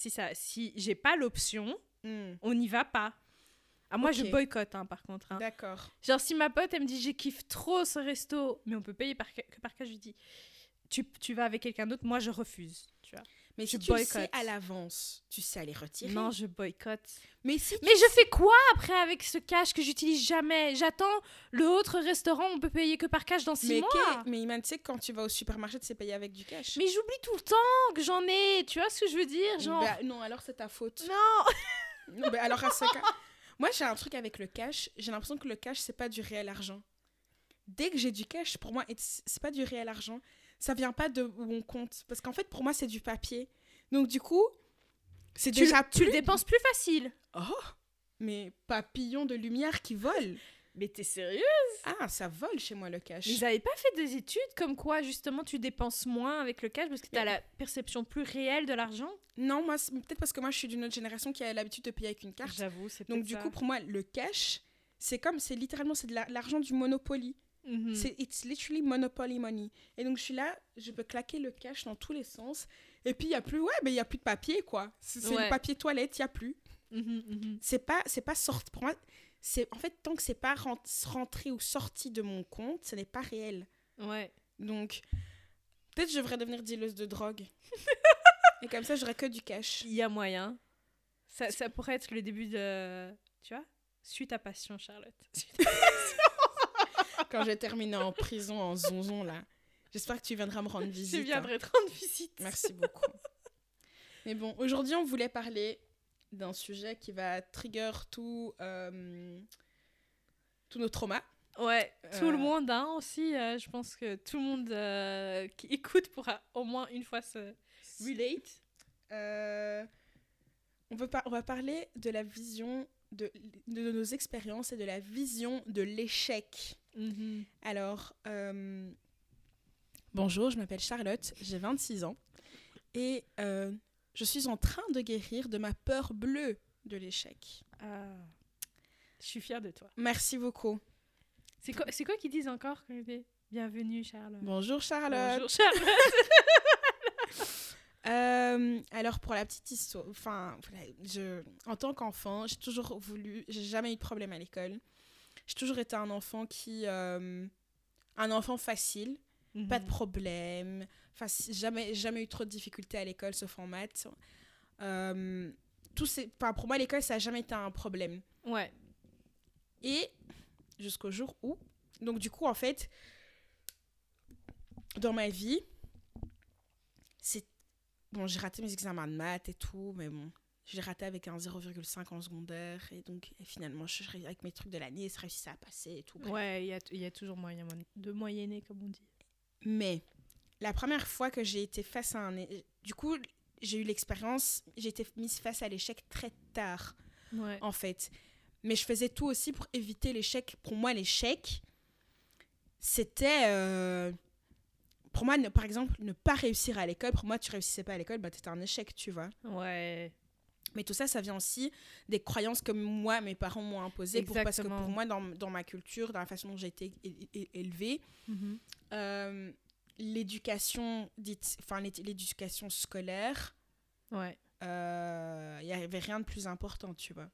j'ai pas l'option, on n'y va pas. Ah, moi, Ok. je boycotte, hein, par contre. Hein. D'accord. Genre, si ma pote, elle me dit, je kiffe trop ce resto, mais on peut payer que par cas, je lui dis, tu vas avec quelqu'un d'autre, moi, je refuse. Tu vois. Mais Je si tu le sais boycotte. à l'avance, tu sais aller retirer. Non, je boycotte. Mais si Mais je fais quoi après avec ce cash que j'utilise jamais? J'attends le autre restaurant, on peut payer que par cash dans 6 mois. Mais Iman, tu sais que quand tu vas au supermarché, tu sais payer avec du cash. Mais j'oublie tout le temps que j'en ai. Tu vois ce que je veux dire? Genre. Bah, non, alors c'est ta faute. Non! Non, bah, alors à ce cas... Moi, j'ai un truc avec le cash. J'ai l'impression que le cash, c'est pas du réel argent. Dès que j'ai du cash, pour moi, c'est pas du réel argent. Ça vient pas de mon compte. Parce qu'en fait, pour moi, c'est du papier. Donc, du coup, c'est déjà Tu plus... le dépenses plus facile. Oh, mais papillon de lumière qui vole. Mais t'es sérieux? Ah, ça vole chez moi, le cash. Ils avaient pas fait des études comme quoi, justement, tu dépenses moins avec le cash parce que t'as la perception plus réelle de l'argent? Non, moi, peut-être parce que moi, je suis d'une autre génération qui a l'habitude de payer avec une carte. J'avoue, c'est Donc, du coup, pour moi, le cash, c'est littéralement, c'est de l'argent du Monopoly. It's literally Monopoly money. Et donc, je suis là, je peux claquer le cash dans tous les sens. Et puis, il n'y a plus, il y a plus de papier, quoi. C'est le papier toilette, il n'y a plus. C'est pas sorti. Pour moi, en fait, tant que c'est pas rentré ou sorti de mon compte, ce n'est pas réel. Ouais. Donc, peut-être je devrais devenir dealeuse de drogue. Et comme ça, j'aurais que du cash. Il y a moyen. Ça pourrait être le début de... Tu vois? Suis ta passion, Charlotte. Quand j'ai terminé en prison, en zonzon, là. J'espère que tu viendras me rendre visite. Je viendrai te rendre visite. Merci beaucoup. Mais bon, aujourd'hui, on voulait parler d'un sujet qui va trigger tous nos traumas. Ouais, tout le monde, hein, aussi. Je pense que tout le monde qui écoute pourra au moins une fois se relate. On va parler de la vision de nos expériences et de la vision de l'échec. Alors, bonjour, je m'appelle Charlotte, j'ai 26 ans et je suis en train de guérir de ma peur bleue de l'échec. Je suis fière de toi. Merci beaucoup. C'est quoi qu'ils disent encore quand ils disent bienvenue, Charlotte? Bonjour Charlotte. Bonjour Charlotte. Alors pour la petite histoire, enfin, en tant qu'enfant, j'ai jamais eu de problème à l'école. J'ai toujours été un enfant un enfant facile, pas de problème, jamais eu trop de difficultés à l'école sauf en maths. Pour moi l'école ça a jamais été un problème. Ouais. Et jusqu'au jour où, donc du coup en fait, dans ma vie, bon, j'ai raté mes examens de maths et tout, mais bon, j'ai raté avec un 0,5 en secondaire. Et donc, finalement, avec mes trucs de l'année, ça réussit à passer et tout. Bref. Ouais, il y a toujours moyen de moyenner, comme on dit. Mais, la première fois que j'ai été face à du coup, j'ai eu l'expérience, j'ai été mise face à l'échec très tard, en fait. Mais je faisais tout aussi pour éviter l'échec. Pour moi, l'échec, c'était... Pour moi, par exemple, ne pas réussir à l'école, pour moi, tu réussissais pas à l'école, bah, t'étais un échec, tu vois. Ouais. Mais tout ça, ça vient aussi des croyances que moi, mes parents m'ont imposées. Parce que pour moi, dans ma culture, dans la façon dont j'ai été élevée, l'éducation l'éducation scolaire, il y avait rien de plus important, tu vois.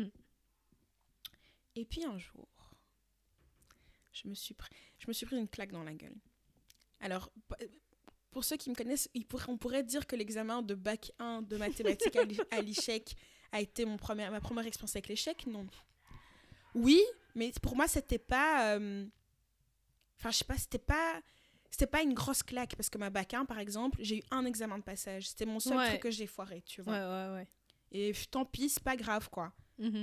Et puis un jour, je me suis pris une claque dans la gueule. Alors, pour ceux qui me connaissent, on pourrait dire que l'examen de bac 1 de mathématiques à l'échec a été ma première expérience avec l'échec. Non. Oui, mais pour moi, c'était pas... Enfin, je sais pas, c'était pas une grosse claque. Parce que ma bac 1, par exemple, j'ai eu un examen de passage. C'était mon seul truc que j'ai foiré, tu vois. Ouais. Et tant pis, c'est pas grave, quoi.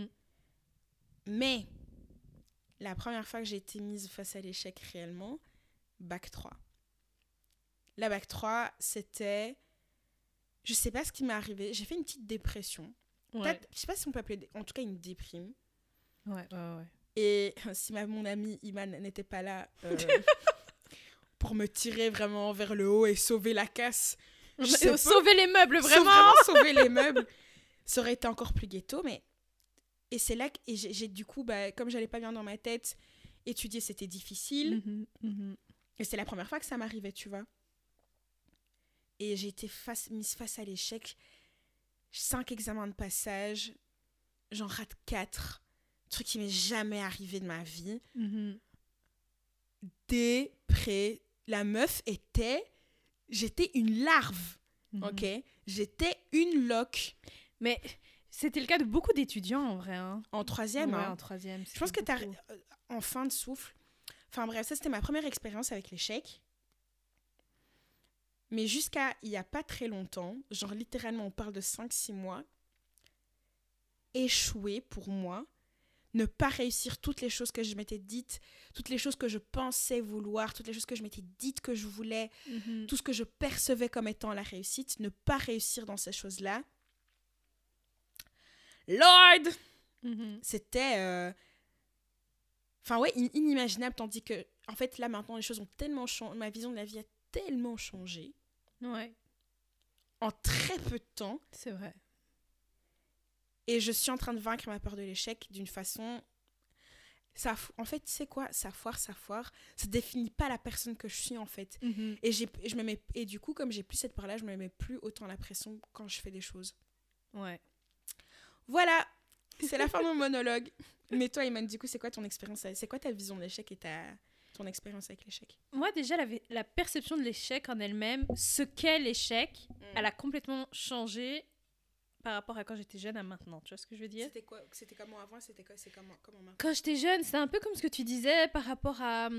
Mais, la première fois que j'ai été mise face à l'échec réellement, bac 3. La bac 3, c'était je sais pas ce qui m'est arrivé. J'ai fait une petite dépression. Ouais. Je sais pas si on peut appeler... En tout cas, une déprime. Ouais. Et si mon ami Iman n'était pas là pour me tirer vraiment vers le haut et sauver la casse... Sauver les meubles, vraiment. Sauver les meubles. Ça aurait été encore plus ghetto, mais... Et c'est là que j'ai du coup, comme j'allais pas bien dans ma tête, étudier, c'était difficile. Et c'est la première fois que ça m'arrivait, tu vois. Et j'ai été mise face à l'échec. 5 examens de passage. J'en rate 4. Truc qui m'est jamais arrivé de ma vie. La meuf était... J'étais une larve, ok? J'étais une loque. Mais c'était le cas de beaucoup d'étudiants, en vrai. Hein. En 3e, ouais, hein. En 3e. Je pense que t'as... en fin de souffle. Enfin bref, ça, c'était ma première expérience avec l'échec. Mais jusqu'à il n'y a pas très longtemps, genre littéralement, on parle de 5-6 mois, échouer pour moi, ne pas réussir toutes les choses que je m'étais dites, toutes les choses que je pensais vouloir, toutes les choses que je m'étais dites que je voulais, tout ce que je percevais comme étant la réussite, ne pas réussir dans ces choses-là. Lord! C'était... Enfin ouais, inimaginable, tandis que, en fait, là, maintenant, les choses ont tellement changé, ma vision de la vie a tellement changé. Ouais. En très peu de temps. C'est vrai. Et je suis en train de vaincre ma peur de l'échec d'une façon... En fait, tu sais quoi? Ça foire. Ça définit pas la personne que je suis, en fait. Et du coup, comme j'ai plus cette peur-là, je me mets plus autant la pression quand je fais des choses. Ouais. Voilà! C'est la fin de mon monologue. Mais toi, Iman, du coup, c'est quoi ton expérience? C'est quoi ta vision de l'échec et ton expérience avec l'échec? Moi, déjà, la perception de l'échec en elle-même, ce qu'est l'échec, elle a complètement changé par rapport à quand j'étais jeune à maintenant. Tu vois ce que je veux dire? C'était quoi? C'était comment avant? C'est comment maintenant? Quand j'étais jeune, c'était un peu comme ce que tu disais par rapport à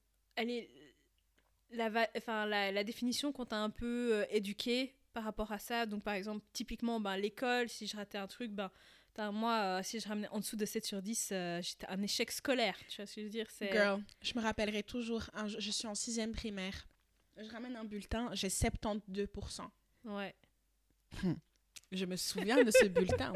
la définition qu'on t'a un peu éduquée par rapport à ça. Donc, par exemple, typiquement, l'école, si je ratais un truc, moi, si je ramenais en dessous de 7 sur 10, j'étais un échec scolaire. Tu vois ce que je veux dire? Girl, je me rappellerai toujours, je suis en 6e primaire. Je ramène un bulletin, j'ai 72%. Ouais. Je me souviens de ce bulletin.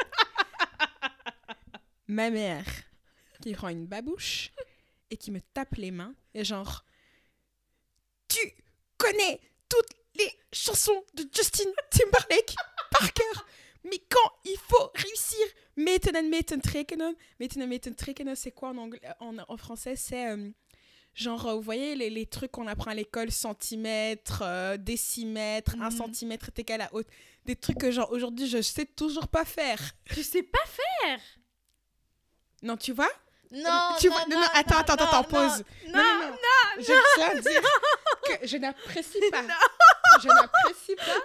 Ma mère qui prend une babouche et qui me tape les mains et genre, tu connais toutes les chansons de Justin Timberlake par cœur, mais quand il faut réussir, meten trekenen, c'est quoi en français? C'est genre, vous voyez les trucs qu'on apprend à l'école, centimètre, décimètre, 1 centimètre est égal à haute. Des trucs que genre aujourd'hui je sais toujours pas faire. Tu sais pas faire? Non, tu vois? Non, Attends, pause. Non. Je tiens à dire que je n'apprécie pas. Je n'apprécie pas.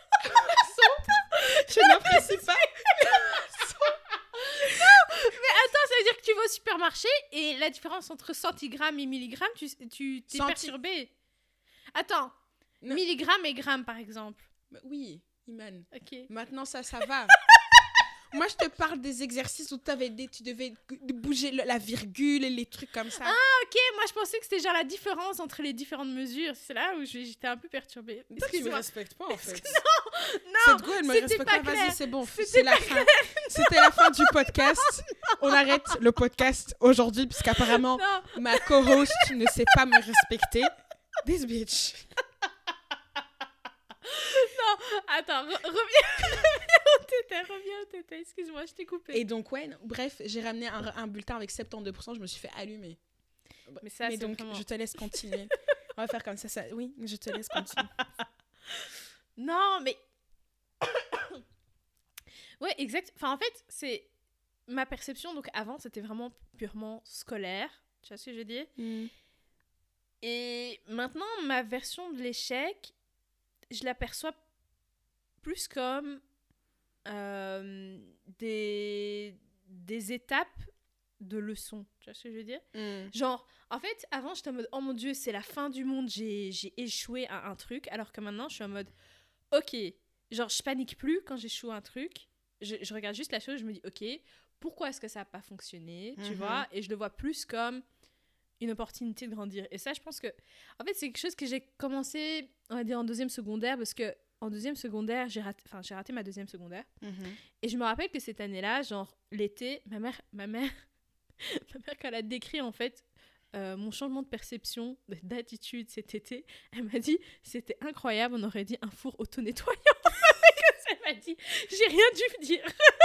Je n'apprécie pas. Mais attends, ça veut dire que tu vas au supermarché et la différence entre centigrammes et milligrammes, tu t'es perturbé. Attends, milligrammes et grammes par exemple. Oui, Iman. Ok. Maintenant ça va. Moi, je te parle des exercices où tu devais bouger la virgule et les trucs comme ça. Ah, ok. Moi, je pensais que c'était genre la différence entre les différentes mesures. C'est là où j'étais un peu perturbée. Toi, tu me respectes pas, en fait. Non, cette go, elle me respecte pas. Vas-y, c'est bon. C'est la fin. C'était la fin du podcast. On arrête le podcast aujourd'hui, puisqu'apparemment, ma co-host ne sait pas me respecter. This bitch. Non, attends, reviens au tété, excuse-moi, je t'ai coupé. Et donc, ouais, bref, j'ai ramené un bulletin avec 72%, je me suis fait allumer. Mais donc, vraiment... je te laisse continuer. On va faire comme ça. Oui, je te laisse continuer. Non, mais... ouais, exact. Enfin, en fait, c'est ma perception. Donc, avant, c'était vraiment purement scolaire. Tu vois ce que je veux dire? Et maintenant, ma version de l'échec... je l'aperçois plus comme des étapes de leçons. Tu vois ce que je veux dire? Genre, en fait, avant, j'étais en mode, oh mon Dieu, c'est la fin du monde, j'ai échoué à un truc. Alors que maintenant, je suis en mode, ok, genre, je panique plus quand j'échoue à un truc. Je regarde juste la chose, je me dis, ok, pourquoi est-ce que ça n'a pas fonctionné? Tu vois? Et je le vois plus comme une opportunité de grandir. Et ça, je pense que... En fait, c'est quelque chose que j'ai commencé, on va dire, en 2e secondaire, parce que en deuxième secondaire, j'ai raté ma deuxième secondaire. Mhm. Et je me rappelle que cette année-là, genre l'été, ma mère, quand elle a décrit en fait mon changement de perception, d'attitude cet été, elle m'a dit c'était incroyable, on aurait dit un four auto-nettoyant. Elle m'a dit, j'ai rien dû me dire.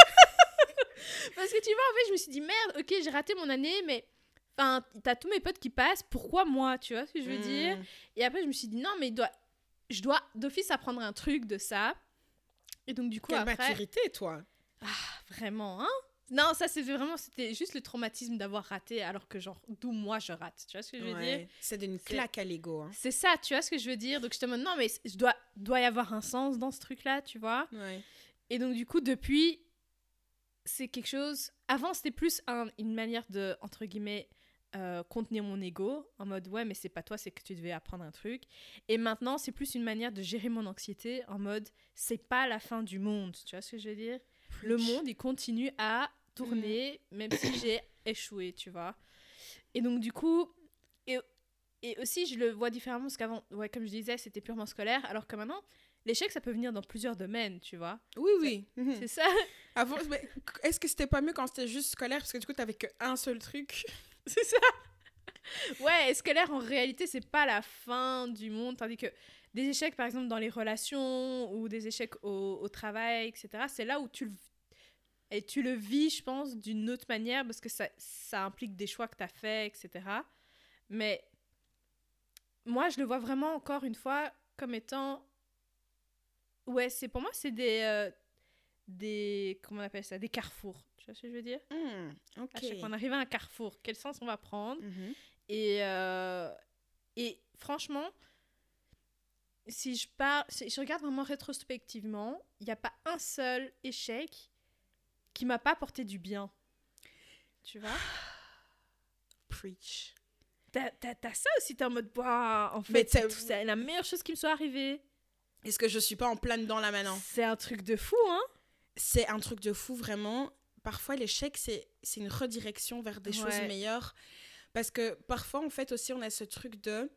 Parce que tu vois, en fait, je me suis dit merde, ok, j'ai raté mon année, mais enfin, t'as tous mes potes qui passent, pourquoi moi, tu vois ce que je veux dire? Et après, je me suis dit non, mais je dois d'office apprendre un truc de ça. Et donc, du coup, Quelle après. maturité, toi. Vraiment, hein? Non, ça, c'était juste le traumatisme d'avoir raté, alors que, genre, d'où moi je rate. Tu vois ce que je veux dire? C'est d'une claque à l'ego. Hein. C'est ça, tu vois ce que je veux dire? Donc, je te demande, non, mais doit y avoir un sens dans ce truc-là, tu vois? Ouais. Et donc, du coup, depuis, c'est quelque chose. Avant, c'était plus une manière de, entre guillemets, contenir mon ego, en mode, ouais, mais c'est pas toi, c'est que tu devais apprendre un truc. Et maintenant, c'est plus une manière de gérer mon anxiété, en mode, c'est pas la fin du monde, tu vois ce que je veux dire? Le monde, il continue à tourner, même si j'ai échoué, tu vois. Et donc, du coup, et aussi, je le vois différemment, parce qu'avant, ouais, comme je disais, c'était purement scolaire, alors que maintenant, l'échec, ça peut venir dans plusieurs domaines, tu vois. Oui. C'est ça. Avant, mais est-ce que c'était pas mieux quand c'était juste scolaire? Parce que du coup, t'avais qu'un seul truc. C'est ça. Ouais, scolaire, en réalité, c'est pas la fin du monde, tandis que des échecs, par exemple, dans les relations ou des échecs au travail, etc., c'est là où tu le vis, je pense, d'une autre manière, parce que ça implique des choix que tu as faits, etc. Mais moi, je le vois vraiment, encore une fois, comme étant... Ouais, pour moi, c'est des... Comment on appelle ça? Des carrefours. Tu vois ce que je veux dire? Ok. À chaque fois, on arrive à un carrefour. Quel sens on va prendre? Et franchement... Si je regarde vraiment rétrospectivement, il n'y a pas un seul échec qui m'a pas apporté du bien. Tu vois? Preach. T'as ça aussi, t'es en mode, bah, en fait, c'est la meilleure chose qui me soit arrivée. Est-ce que je suis pas en plein dedans là maintenant? C'est un truc de fou, hein? C'est un truc de fou, vraiment. Parfois, l'échec, c'est une redirection vers des choses meilleures. Parce que parfois, en fait, aussi, on a ce truc de...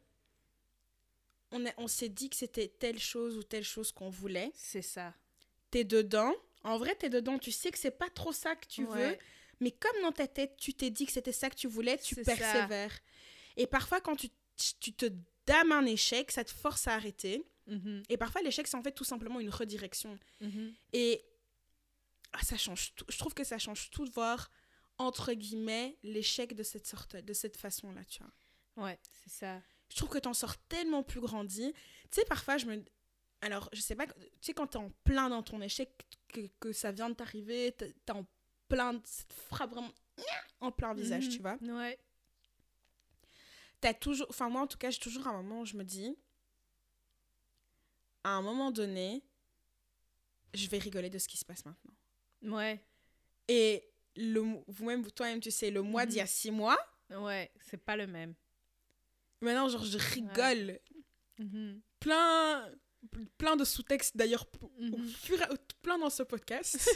On s'est dit que c'était telle chose qu'on voulait. C'est ça. T'es dedans. En vrai, t'es dedans. Tu sais que c'est pas trop ça que tu veux. Mais comme dans ta tête, tu t'es dit que c'était ça que tu voulais, tu persévères. Ça. Et parfois, quand tu te dames un échec, ça te force à arrêter. Et parfois, l'échec, c'est en fait tout simplement une redirection. Et ça change tout. Je trouve que ça change tout de voir, entre guillemets, l'échec de cette façon-là, tu vois. Ouais, c'est ça. Je trouve que t'en sors tellement plus grandi. Tu sais, parfois, alors, je sais pas, tu sais, quand t'es en plein dans ton échec, que ça vient de t'arriver, t'es en plein, ça te frappe vraiment en plein visage, tu vois. Ouais. T'as toujours, enfin, moi, en tout cas, j'ai toujours un moment où je me dis, à un moment donné, je vais rigoler de ce qui se passe maintenant. Ouais. Et toi-même, tu sais, le mois d'il y a 6 mois. Ouais, c'est pas le même. Maintenant, genre, je rigole. Plein de sous-textes, d'ailleurs, plein dans ce podcast.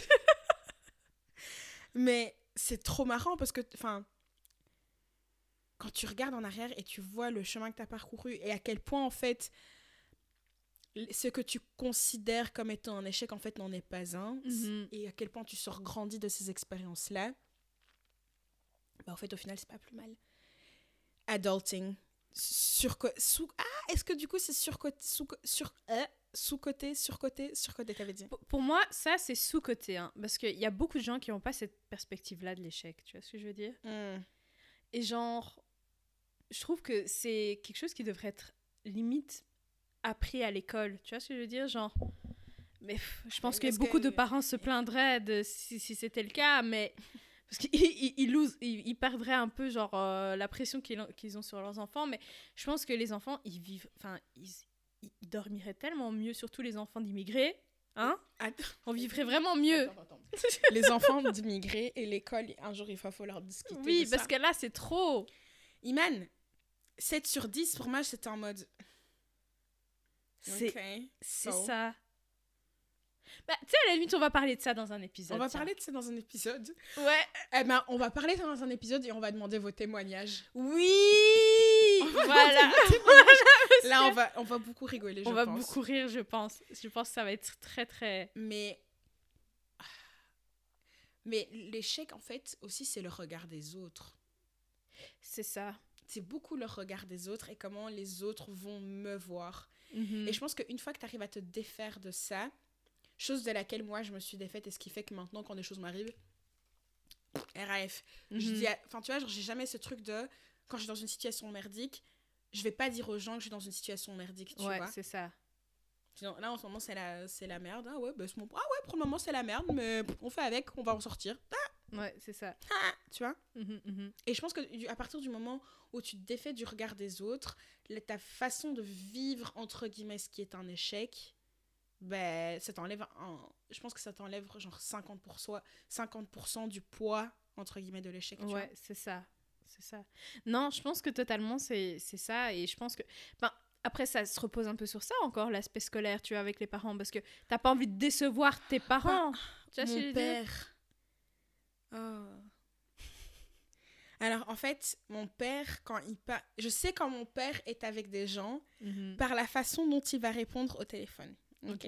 Mais c'est trop marrant parce que, enfin, quand tu regardes en arrière et tu vois le chemin que tu as parcouru et à quel point, en fait, ce que tu considères comme étant un échec, en fait, n'en est pas un. Et à quel point tu sors grandi de ces expériences-là. Bah, en fait, au final, c'est pas plus mal. Adulting. Est-ce que du coup c'est sous-côté, t'avais dit? Pour moi, ça c'est sous-côté, hein, parce qu'il y a beaucoup de gens qui n'ont pas cette perspective-là de l'échec, tu vois ce que je veux dire? Et genre, je trouve que c'est quelque chose qui devrait être limite appris à l'école, tu vois ce que je veux dire? Genre, mais je pense que beaucoup de parents se plaindraient si c'était le cas, mais... Parce qu'ils perdraient un peu genre, la pression qu'ils ont sur leurs enfants. Mais je pense que les enfants, ils dormiraient tellement mieux, surtout les enfants d'immigrés. Hein? On vivrait vraiment mieux. Attends. Les enfants d'immigrés et l'école, un jour, il va falloir discuter de ça. Oui, parce que là, c'est trop. Iman, 7 sur 10, pour moi, c'était en mode... C'est ça. Bah, tu sais, à la limite, on va parler de ça dans un épisode. On va parler de ça dans un épisode. Ouais. Eh ben, on va parler de ça dans un épisode et on va demander vos témoignages. Oui. Voilà. Là, on va beaucoup rigoler, je On va pense. beaucoup rire, je pense. Je pense que ça va être très, très... Mais l'échec, en fait, aussi, c'est le regard des autres. C'est ça. C'est beaucoup le regard des autres et comment les autres vont me voir. Mhm. Et je pense qu'une fois que tu arrives à te défaire de ça, chose de laquelle moi, je me suis défaite et ce qui fait que maintenant, quand des choses m'arrivent, RAF. Je dis, enfin, tu vois, genre, j'ai jamais ce truc de, quand je suis dans une situation merdique, je vais pas dire aux gens que je suis dans une situation merdique, tu vois. Ouais, c'est ça. Sinon, là, en ce moment, c'est la merde. Ah ouais, bah, pour le moment, c'est la merde, mais on fait avec, on va en sortir. Ouais, c'est ça. Tu vois. Mhm, mhm. Et je pense que à partir du moment où tu te défais du regard des autres, ta façon de vivre, entre guillemets, ce qui est un échec, ben, ça t'enlève je pense que ça t'enlève genre 50% du poids, entre guillemets, de l'échec. Tu vois. Ouais, c'est ça. C'est ça. Non, je pense que totalement, c'est ça. Et je pense que... Ben, après, ça se repose un peu sur ça encore, l'aspect scolaire, tu vois, avec les parents. Parce que t'as pas envie de décevoir tes parents. Tu vois ce que je Mon veux dire? père... Oh. Alors, en fait, mon père, quand il parle... Je sais quand mon père est avec des gens, Mhm. par la façon dont il va répondre au téléphone. Ok.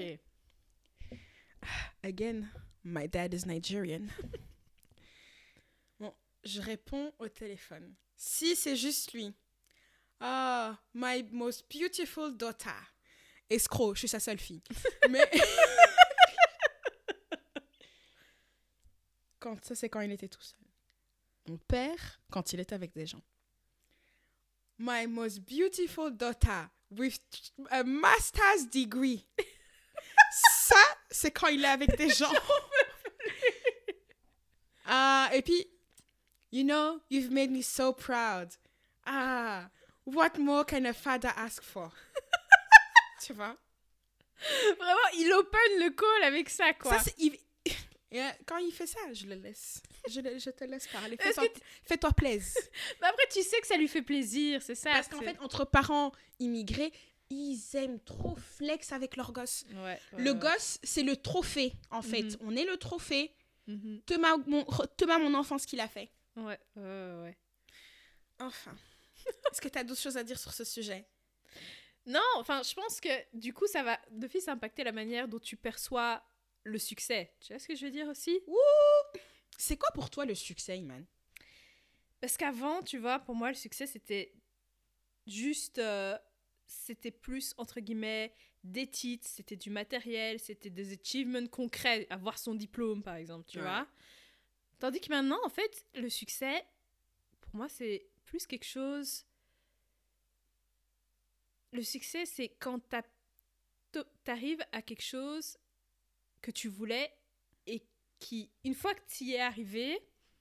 Again, my dad is Nigerian. Bon, je réponds au téléphone. Si c'est juste lui. Ah, my most beautiful daughter. Escroc, je suis sa seule fille. Mais... Ça, c'est quand il était tout seul. Mon père, quand il était avec des gens. My most beautiful daughter with a master's degree. Ça, c'est quand il est avec des gens. Et puis, you know, you've made me so proud. What more can a father ask for? Tu vois? Vraiment, il open le call avec ça, quoi. Ça, quand il fait ça, je le laisse. Je te laisse parler. Est-ce Fais-toi plaisir. Mais après, tu sais que ça lui fait plaisir, c'est ça. Parce qu'en fait, entre parents immigrés, ils aiment trop flex avec leur gosse. Ouais, Le gosse, c'est le trophée, en fait. Mhm. On est le trophée. Mhm. Te m'a mon enfant ce qu'il a fait. Ouais. Enfin. Est-ce que tu as d'autres choses à dire sur ce sujet? Non, enfin, je pense que du coup, ça va d'office impacter la manière dont tu perçois le succès. Tu vois ce que je veux dire aussi? C'est quoi pour toi le succès, Iman? Parce qu'avant, tu vois, pour moi, le succès, c'était juste... c'était plus, entre guillemets, des titres, c'était du matériel, c'était des achievements concrets, avoir son diplôme, par exemple, tu vois. Tandis que maintenant, en fait, le succès, pour moi, c'est plus quelque chose... Le succès, c'est quand t'arrives à quelque chose que tu voulais et qui, une fois que tu y es arrivé,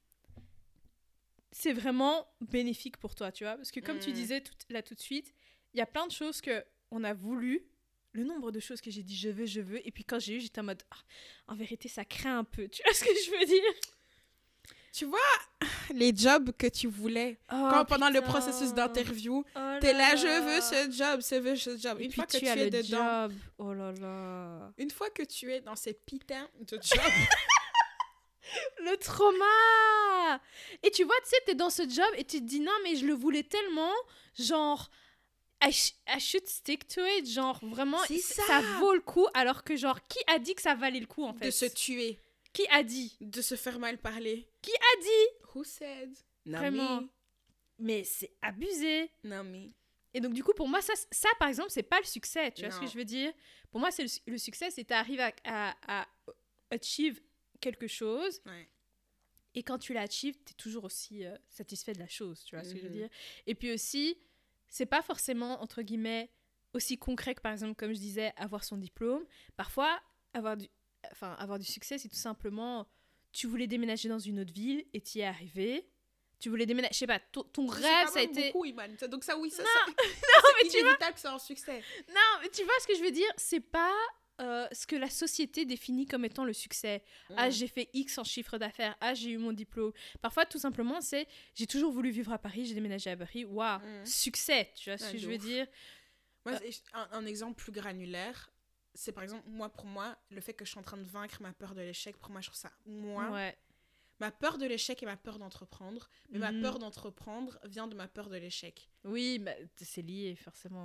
c'est vraiment bénéfique pour toi, tu vois. Parce que comme tu disais tout de suite, il y a plein de choses qu'on a voulu, le nombre de choses que j'ai dit je veux, et puis quand j'ai eu, j'étais en mode, en vérité, ça craint un peu, tu vois ce que je veux dire? Tu vois, les jobs que tu voulais, pendant le processus d'interview, t'es là, je veux ce job. Et une puis fois que tu as es le dedans, job. Oh là là. une fois que tu es dans ces putains de jobs, Le trauma. Et tu vois, tu sais, t'es dans ce job et tu te dis, non, mais je le voulais tellement, genre... I should stick to it, genre vraiment C'est ça vaut le coup, alors que genre qui a dit que ça valait le coup en fait? de se tuer, Qui a dit? de se faire mal parler. Qui a dit? Who said? Vraiment. Mais c'est abusé. Non mais. Et donc du coup pour moi ça par exemple c'est pas le succès, tu vois ce que Non. je veux dire? Pour moi c'est le succès, c'est t'arrives à achieve quelque chose. Ouais. Et quand tu l'achieves, t'es toujours aussi satisfait de la chose, tu vois ce que je veux dire? Et puis aussi, c'est pas forcément, entre guillemets, aussi concret que, par exemple, comme je disais, avoir son diplôme. Parfois, avoir du succès, c'est tout simplement, tu voulais déménager dans une autre ville et t'y es arrivé. Tu voulais déménager, je sais pas, ton rêve, ça a été... beaucoup, Iman. Donc ça, oui, ça, non, ça... non, c'est mais tu vois... inévitable que c'est un succès. Non, mais tu vois ce que je veux dire? C'est pas... ce que la société définit comme étant le succès. J'ai fait X en chiffre d'affaires. J'ai eu mon diplôme. Parfois, tout simplement, c'est j'ai toujours voulu vivre à Paris, j'ai déménagé à Paris. Waouh, succès, tu vois ce que je veux dire? Moi, un exemple plus granulaire, c'est par exemple, pour moi, le fait que je suis en train de vaincre ma peur de l'échec, pour moi, je trouve ça... Ma peur de l'échec et ma peur d'entreprendre. Mais ma peur d'entreprendre vient de ma peur de l'échec. Oui, bah, c'est lié, forcément, ouais.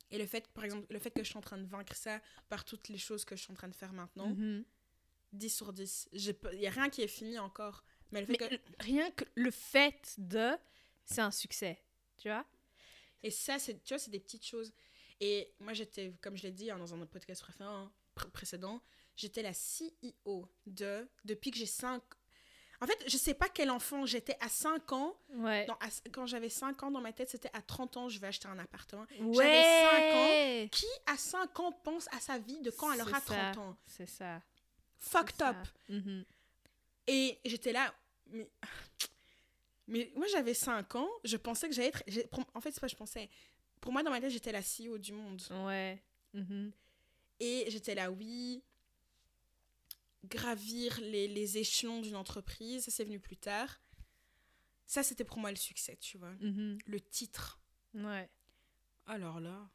Et le fait, par exemple, le fait que je suis en train de vaincre ça par toutes les choses que je suis en train de faire maintenant, 10 sur 10. Il n'y a rien qui est fini encore. Mais le fait que... rien que le fait de, c'est un succès, tu vois. Et ça, tu vois, c'est des petites choses. Et moi, j'étais, comme je l'ai dit dans un podcast précédent, j'étais la CEO depuis que j'ai 5... En fait, je sais pas quel enfant j'étais à 5 ans. Ouais. Quand j'avais 5 ans, dans ma tête, c'était à 30 ans, je vais acheter un appartement. Ouais. J'avais 5 ans. Qui, à 5 ans, pense à sa vie de quand elle aura 30 ans? C'est ça. Fucked up. Et j'étais là... Mais moi, j'avais 5 ans, je pensais que j'allais être... En fait, c'est pas que je pensais. Pour moi, dans ma tête, j'étais la CEO du monde. Ouais. Et j'étais là, oui... Gravir les échelons d'une entreprise, ça c'est venu plus tard. Ça c'était pour moi le succès, tu vois. Le titre. Ouais. Alors là,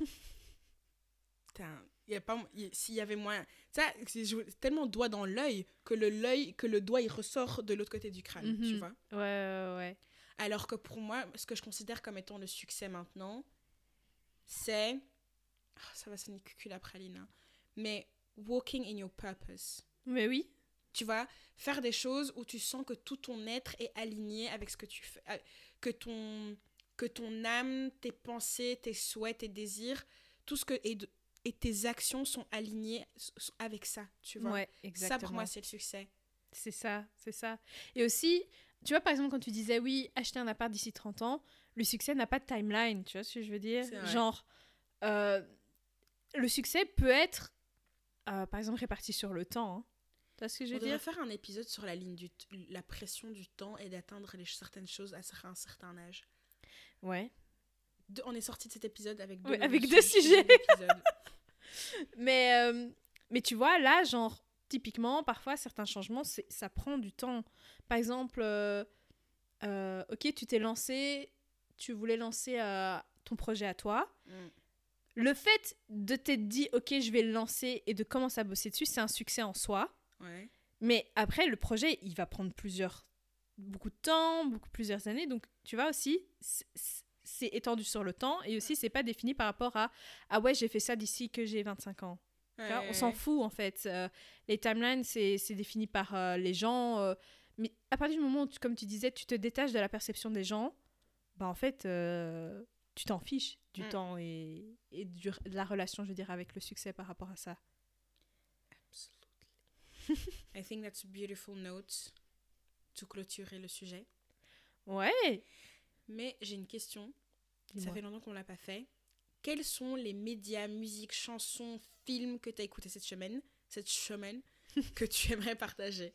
s'il y avait moins, ça j'ai tellement doigt dans l'œil que le doigt il ressort de l'autre côté du crâne, tu vois. Ouais. Alors que pour moi, ce que je considère comme étant le succès maintenant, c'est, ça va sonner cucul après Lina, mais walking in your purpose. Mais oui. Tu vois, faire des choses où tu sens que tout ton être est aligné avec ce que tu fais. Que ton âme, tes pensées, tes souhaits, tes désirs, tout ce que... Et tes actions sont alignées avec ça, tu vois. Ouais, exactement. Ça, pour moi, c'est le succès. C'est ça. Et aussi, tu vois, par exemple, quand tu disais, oui, acheter un appart d'ici 30 ans, le succès n'a pas de timeline, tu vois ce que je veux dire? Genre, le succès peut être, par exemple, réparti sur le temps, hein. Tu vois ce que je veux dire? On devrait faire un épisode sur la pression du temps et d'atteindre certaines choses à un certain âge. Ouais. On est sorti de cet épisode avec deux sujets. Mais tu vois, là, genre, typiquement, parfois, certains changements, ça prend du temps. Par exemple, ok, tu voulais lancer ton projet à toi. Le fait de t'être dit, ok, je vais le lancer et de commencer à bosser dessus, c'est un succès en soi. Ouais. Mais après, le projet, il va prendre beaucoup de temps, plusieurs années. Donc, tu vois aussi, c'est étendu sur le temps. Et aussi, c'est pas défini par rapport à « Ah ouais, j'ai fait ça d'ici que j'ai 25 ans. » On s'en fout, en fait. Les timelines, c'est défini par les gens. Mais à partir du moment où, comme tu disais, tu te détaches de la perception des gens, bah en fait, tu t'en fiches du temps et de la relation, je veux dire, avec le succès par rapport à ça. I think that's a beautiful note to clôturer le sujet. Ouais. Mais j'ai une question. Dis-moi. Ça fait longtemps qu'on l'a pas fait. Quels sont les médias, musique, chansons, films que tu as écoutés cette semaine que tu aimerais partager?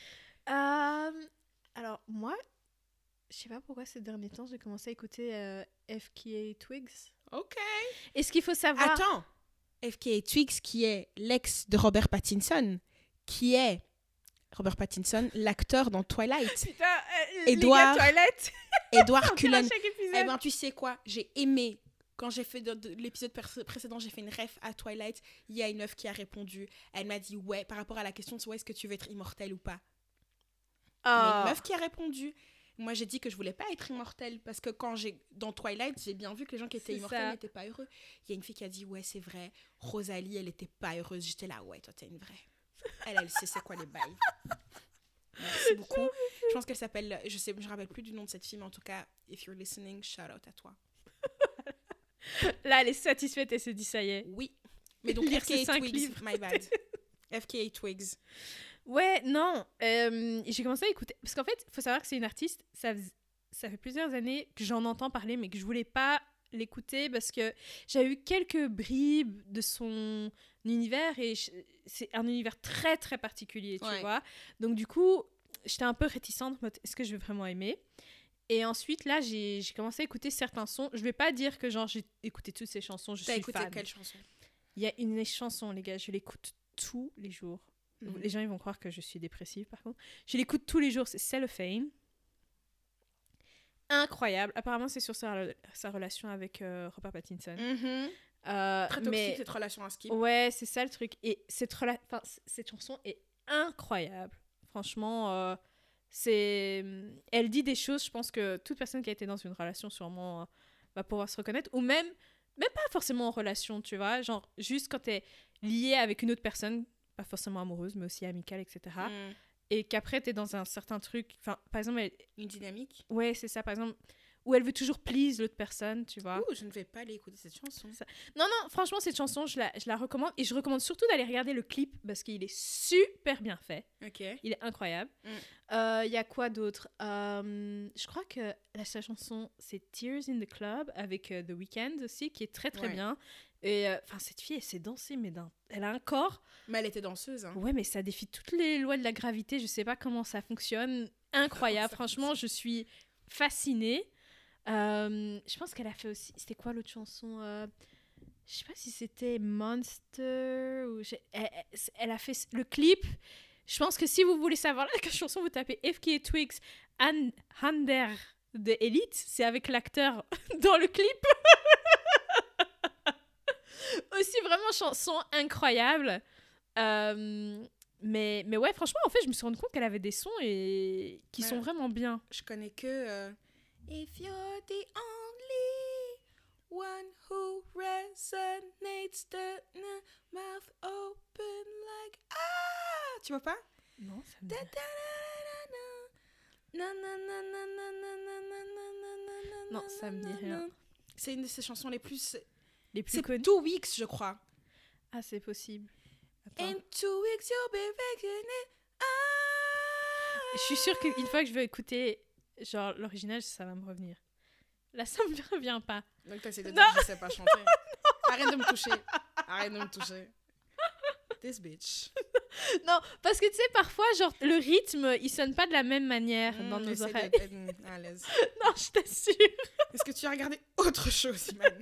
Alors, moi, je sais pas pourquoi ces derniers temps, j'ai commencé à écouter FKA Twigs. Ok. Et ce qu'il faut savoir... Attends. FKA Twigs, qui est l'ex de Robert Pattinson, qui est Robert Pattinson, l'acteur dans Twilight. Putain, Edward, les gars, Twilight. Edward Cullen. Eh ben, tu sais quoi? J'ai aimé. Quand j'ai fait l'épisode précédent, j'ai fait une ref à Twilight. Il y a une meuf qui a répondu. Elle m'a dit, ouais, par rapport à la question, ouais, est-ce que tu veux être immortel ou pas? Il y a une meuf qui a répondu. Moi, j'ai dit que je voulais pas être immortelle parce que dans Twilight, j'ai bien vu que les gens qui étaient immortels n'étaient pas heureux. Il y a une fille qui a dit, ouais, c'est vrai, Rosalie, elle était pas heureuse. J'étais là, ouais, toi, t'es une vraie. Elle sait c'est quoi les bails. Merci beaucoup. Je pense qu'elle s'appelle, je me rappelle plus du nom de cette fille, mais en tout cas, if you're listening, shout out à toi. Là, elle est satisfaite et s'est dit, ça y est. Oui. Mais donc, FKA Twigs, my bad. FKA Twigs. Ouais, non. J'ai commencé à écouter. Parce qu'en fait, il faut savoir que c'est une artiste. Ça fait plusieurs années que j'en entends parler, mais que je voulais pas l'écouter parce que j'ai eu quelques bribes de son univers et c'est un univers très, très particulier, tu vois. Donc, du coup, j'étais un peu réticente. Est-ce que je vais vraiment aimer? Et ensuite, là, j'ai commencé à écouter certains sons. Je vais pas dire que genre j'ai écouté toutes ces chansons. Je suis fan. T'as écouté quelle chanson? Il y a une chanson, les gars, je l'écoute tous les jours. Les gens, ils vont croire que je suis dépressive, par contre. Je l'écoute tous les jours, c'est Cellophane. Incroyable. Apparemment, c'est sur sa relation avec Robert Pattinson. Très toxique, cette relation à Skip. Ouais, c'est ça le truc. Et cette chanson est incroyable. Franchement, elle dit des choses, je pense que toute personne qui a été dans une relation sûrement va pouvoir se reconnaître. Ou même Même pas forcément en relation, tu vois. Genre, juste quand t'es lié avec une autre personne, pas forcément amoureuse, mais aussi amicale, etc. Et qu'après, t'es dans un certain truc. Enfin, par exemple, Une dynamique. ouais, c'est ça, par exemple, où elle veut toujours please l'autre personne, tu vois. Ouh, je ne vais pas aller écouter cette chanson. Non, franchement, cette chanson, je la recommande. Et je recommande surtout d'aller regarder le clip parce qu'il est super bien fait. Ok. Il est incroyable. Il y a quoi d'autre Je crois que la chanson, c'est Tears in the Club avec The Weeknd aussi, qui est très très bien. Et cette fille, elle sait danser, mais elle a un corps. Mais elle était danseuse. Hein. Ouais, mais ça défie toutes les lois de la gravité. Je sais pas comment ça fonctionne. Incroyable. Franchement, je suis fascinée. Je pense qu'elle a fait aussi. C'était quoi l'autre chanson Je sais pas si c'était Monster ou. Elle a fait le clip. Je pense que si vous voulez savoir la chanson, vous tapez FK Twigs Hander de Elite. C'est avec l'acteur dans le clip. Aussi, vraiment, chanson incroyable. Mais ouais, franchement, en fait, je me suis rendu compte qu'elle avait des sons qui sont vraiment bien. Je connais que If you're the only one who resonates, the mouth open like ah. Tu vois pas? Non, ça me dit. Non, ça me dit rien. C'est une de ses chansons les plus connues. C'est 2 Weeks, je crois. Ah, c'est possible. Attends. In 2 weeks, you'll be reckoning. Je suis sûre qu'une fois que je vais écouter genre l'original, ça va me revenir. Là, ça me revient pas. Donc t'essaies de dire que je sais pas chanter. Arrête de me toucher. Arrête de me toucher. This bitch. Non, parce que tu sais, parfois, genre, le rythme, il sonne pas de la même manière dans nos oreilles. À l'aise. Non, je t'assure. Est-ce que tu as regardé autre chose, Imane?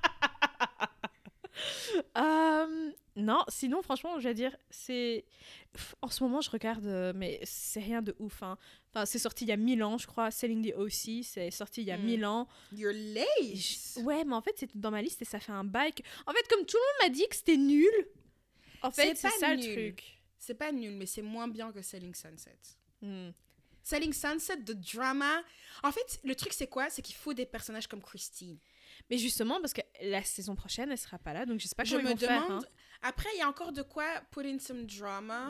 Non, sinon, franchement, je vais dire, c'est... En ce moment, je regarde, mais c'est rien de ouf. Hein. Enfin, c'est sorti il y a 1000 ans, je crois. Selling the O.C., c'est sorti il y a 1000 ans. You're late! Ouais, mais en fait, c'est dans ma liste et ça fait un bail. En fait, comme tout le monde m'a dit que c'était nul, en fait, c'est ça nul. le truc. C'est pas nul, mais c'est moins bien que Selling Sunset. Selling Sunset, the drama... En fait, le truc, c'est quoi? C'est qu'il faut des personnages comme Christine. Mais justement, parce que la saison prochaine, elle sera pas là, donc je sais pas comment ils vont faire. Hein. Après, il y a encore de quoi put in some drama.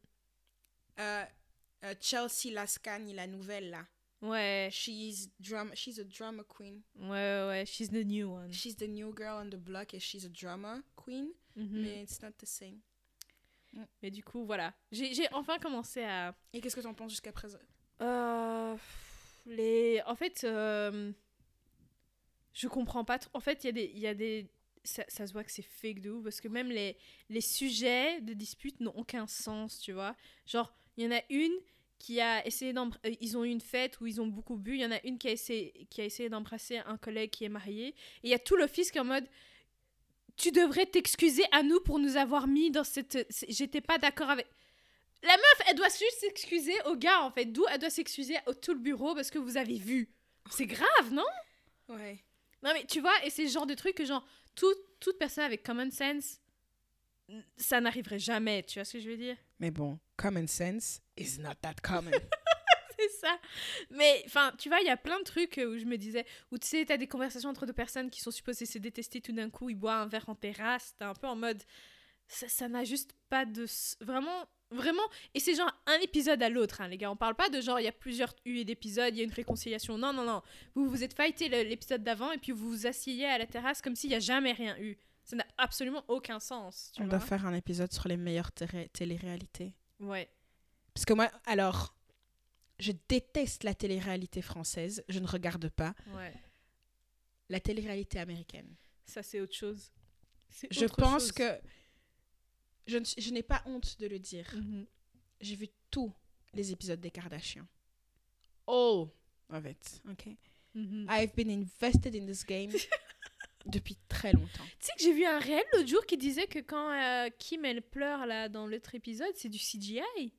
Chelsea Lascagnes, la nouvelle, là. Ouais. She's a drama queen. Ouais. She's the new one. She's the new girl on the block and she's a drama queen. Mais it's not the same. Mais du coup, voilà. J'ai enfin commencé à... Et qu'est-ce que t'en penses jusqu'à présent? En fait... Je comprends pas trop. En fait, il y a des... Ça se voit que c'est fake de ouf, parce que même les sujets de dispute n'ont aucun sens, tu vois. Genre, il y en a une qui a essayé ils ont eu une fête où ils ont beaucoup bu. Il y en a une qui a essayé d'embrasser un collègue qui est marié. Et il y a tout l'office qui est en mode... Tu devrais t'excuser à nous pour nous avoir mis dans cette... J'étais pas d'accord avec... La meuf, elle doit juste s'excuser au gars, en fait. D'où elle doit s'excuser à tout le bureau parce que vous avez vu. C'est grave, non? Ouais. Non, mais tu vois, et c'est le genre de truc que, genre, toute personne avec common sense, ça n'arriverait jamais, tu vois ce que je veux dire? Mais bon, common sense is not that common. C'est ça. Mais, enfin, tu vois, il y a plein de trucs où je me disais, où tu sais, t'as des conversations entre deux personnes qui sont supposées se détester, tout d'un coup, ils boivent un verre en terrasse, t'es un peu en mode, ça n'a juste pas de... Vraiment, et c'est genre un épisode à l'autre, hein, les gars. On parle pas de genre, il y a plusieurs d'épisodes, il y a une réconciliation. Non. Vous vous êtes fighté l'épisode d'avant et puis vous vous asseyez à la terrasse comme s'il y a jamais rien eu. Ça n'a absolument aucun sens. On doit faire un épisode sur les meilleures télé-réalités. Ouais. Parce que moi, alors, je déteste la télé-réalité française. Je ne regarde pas. Ouais. La télé-réalité américaine. Ça, c'est autre chose. Je pense que... Je n'ai pas honte de le dire. J'ai vu tous les épisodes des Kardashians. All of it, ok? I've been invested in this game depuis très longtemps. Tu sais que j'ai vu un réel l'autre jour qui disait que quand Kim, elle pleure là, dans l'autre épisode, c'est du CGI.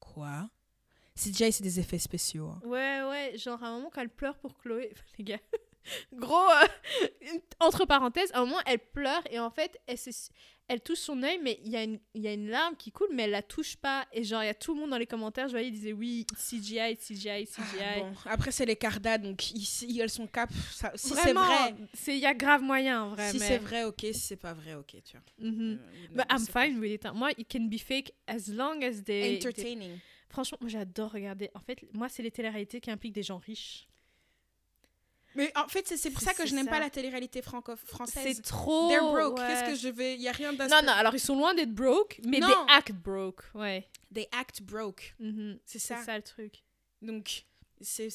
Quoi? CGI, c'est des effets spéciaux. Hein. Ouais, genre à un moment quand elle pleure pour Chloé... Les gars, Gros, entre parenthèses, à un moment, elle pleure et en fait, elle touche son œil, mais il y a une larme qui coule, mais elle la touche pas. Et genre, il y a tout le monde dans les commentaires, je voyais, ils disaient oui, CGI, CGI, CGI. Bon, après, c'est les Carda, donc ici, elles sont cap. Ça, si Vraiment, c'est vrai. il y a grave moyen, en vrai. Si mais... c'est vrai, ok. Si c'est pas vrai, ok, tu vois. But I'm fine with it. Moi, it can be fake as long as they... Entertaining. Franchement, moi, j'adore regarder. En fait, moi, c'est les téléréalités qui impliquent des gens riches. Mais en fait, c'est pour ça que je n'aime pas la télé-réalité française. C'est trop... They're broke. Ouais. Qu'est-ce que je vais... Il n'y a rien Non, alors, ils sont loin d'être broke, mais Non. they act broke. Ouais. They act broke. C'est ça. C'est ça, le truc. Donc, c'est...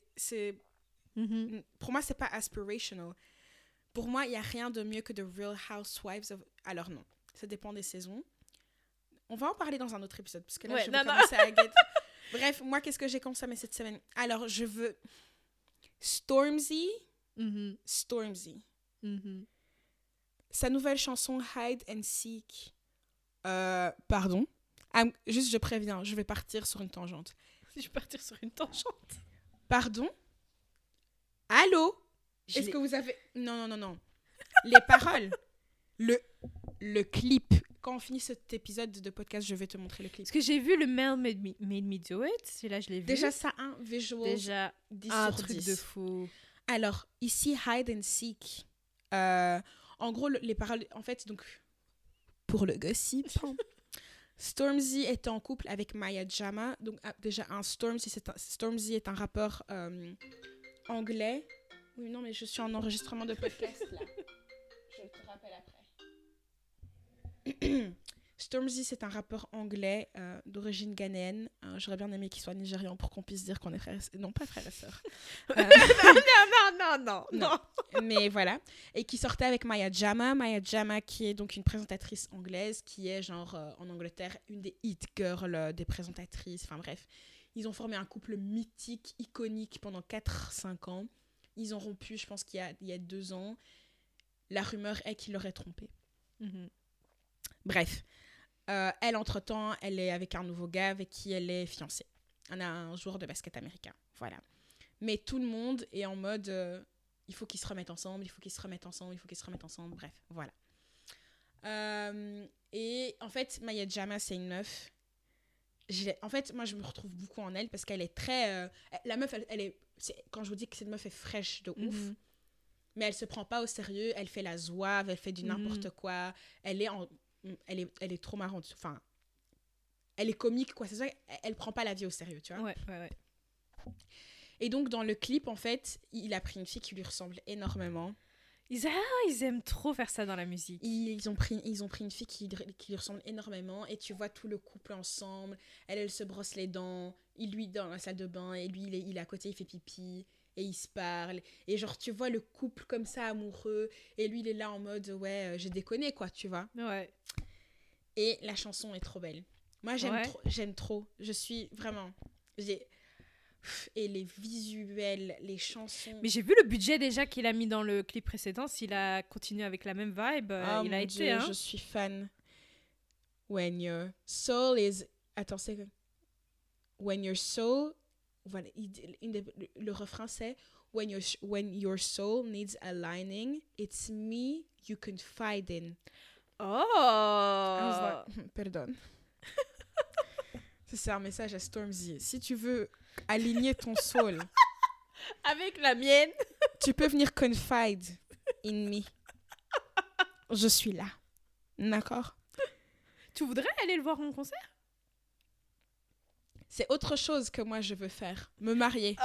Pour moi, c'est pas aspirational. Pour moi, il n'y a rien de mieux que The Real Housewives of... Alors non, ça dépend des saisons. On va en parler dans un autre épisode, parce que là, je vais commencer à get... Bref, moi, qu'est-ce que j'ai consommé cette semaine? Alors, je veux... Stormzy. Stormzy. Sa nouvelle chanson Hide and Seek. Pardon. Juste, je préviens, je vais partir sur une tangente. Je vais partir sur une tangente. Pardon? Allô? Est-ce que vous avez... Non. Les paroles. Le clip. Quand on finit cet épisode de podcast, je vais te montrer le clip. Parce que j'ai vu le Mel Made Me Do It. Celui-là, je l'ai vu. Déjà, ça, un visual. Déjà, 10 un sur truc 10. de fou. Alors, ici, Hide and Seek. En gros, les paroles... En fait, donc, pour le gossip, Stormzy est en couple avec Maya Jama. Donc, déjà, Stormzy est un rappeur anglais. Oui, non, mais je suis en enregistrement de podcast, là. Je te rappelle après. Stormzy, c'est un rappeur anglais d'origine ghanéenne. J'aurais bien aimé qu'il soit nigérian pour qu'on puisse dire qu'on est frères... Non, pas frères et sœurs. Non. Mais voilà. Et qui sortait avec Maya Jama. Maya Jama, qui est donc une présentatrice anglaise, qui est genre en Angleterre une des hit girls des présentatrices. Enfin bref. Ils ont formé un couple mythique, iconique pendant 4-5 ans. Ils ont rompu, je pense qu'il y a 2 ans. La rumeur est qu'il l'aurait trompé. Bref. Elle, entre-temps, elle est avec un nouveau gars avec qui elle est fiancée. Un joueur de basket américain. Voilà. Mais tout le monde est en mode... il faut qu'ils se remettent ensemble, Bref, voilà. Et en fait, Maya Jama, c'est une meuf. En fait, moi, je me retrouve beaucoup en elle parce qu'elle est très... la meuf, elle est... Quand je vous dis que cette meuf est fraîche de ouf, mais elle se prend pas au sérieux, elle fait la zouave, elle fait du n'importe quoi. Elle est trop marrante. Enfin, elle est comique, quoi. C'est ça, elle prend pas la vie au sérieux, tu vois. Ouais. Et donc, dans le clip, en fait, il a pris une fille qui lui ressemble énormément. Ils aiment trop faire ça dans la musique. Ils ont pris une fille qui lui ressemble énormément et tu vois tout le couple ensemble. Elle se brosse les dents. Lui, dans la salle de bain, et lui, il est à côté, il fait pipi. Et ils se parlent. Et genre, tu vois le couple comme ça, amoureux. Et lui, il est là en mode, ouais, j'ai déconné, quoi, tu vois. Ouais. Et la chanson est trop belle. Moi, j'aime trop. Je suis vraiment... Et les visuels, les chansons... Mais j'ai vu le budget déjà qu'il a mis dans le clip précédent. S'il a continué avec la même vibe, il a été... Dieu, je suis fan. When your soul is... Attends, c'est... When your soul... Voilà, le refrain c'est when your soul needs aligning, it's me you confide in. Oh! Pardon. C'est un message à Stormzy. Si tu veux aligner ton soul avec la mienne, tu peux venir confide in me. Je suis là. D'accord? Tu voudrais aller le voir en concert? C'est autre chose que moi je veux faire. Me marier.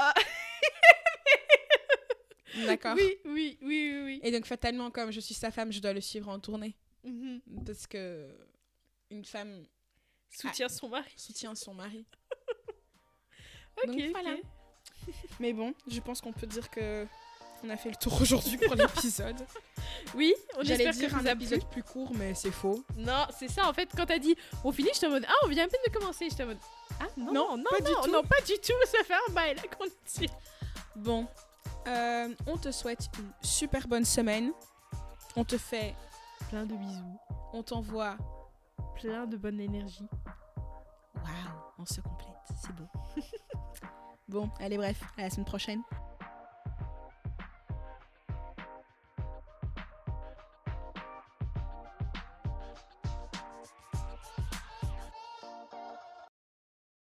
D'accord? Oui. Et donc fatalement, comme je suis sa femme, je dois le suivre en tournée. Parce que une femme soutient son mari. Donc voilà. Mais bon, je pense qu'on peut dire que on a fait le tour aujourd'hui pour l'épisode. Oui, j'allais dire un épisode plus court, mais c'est faux. Non, c'est ça en fait. Quand t'as dit on finit, j'étais en mode on vient à peine de commencer. J'étais en mode non, pas du tout. Ça fait un bail là qu'on est dessus. Bon, on te souhaite une super bonne semaine. On te fait plein de bisous. On t'envoie plein de bonne énergie. Waouh, on se complète, c'est beau. Bon, allez bref, à la semaine prochaine.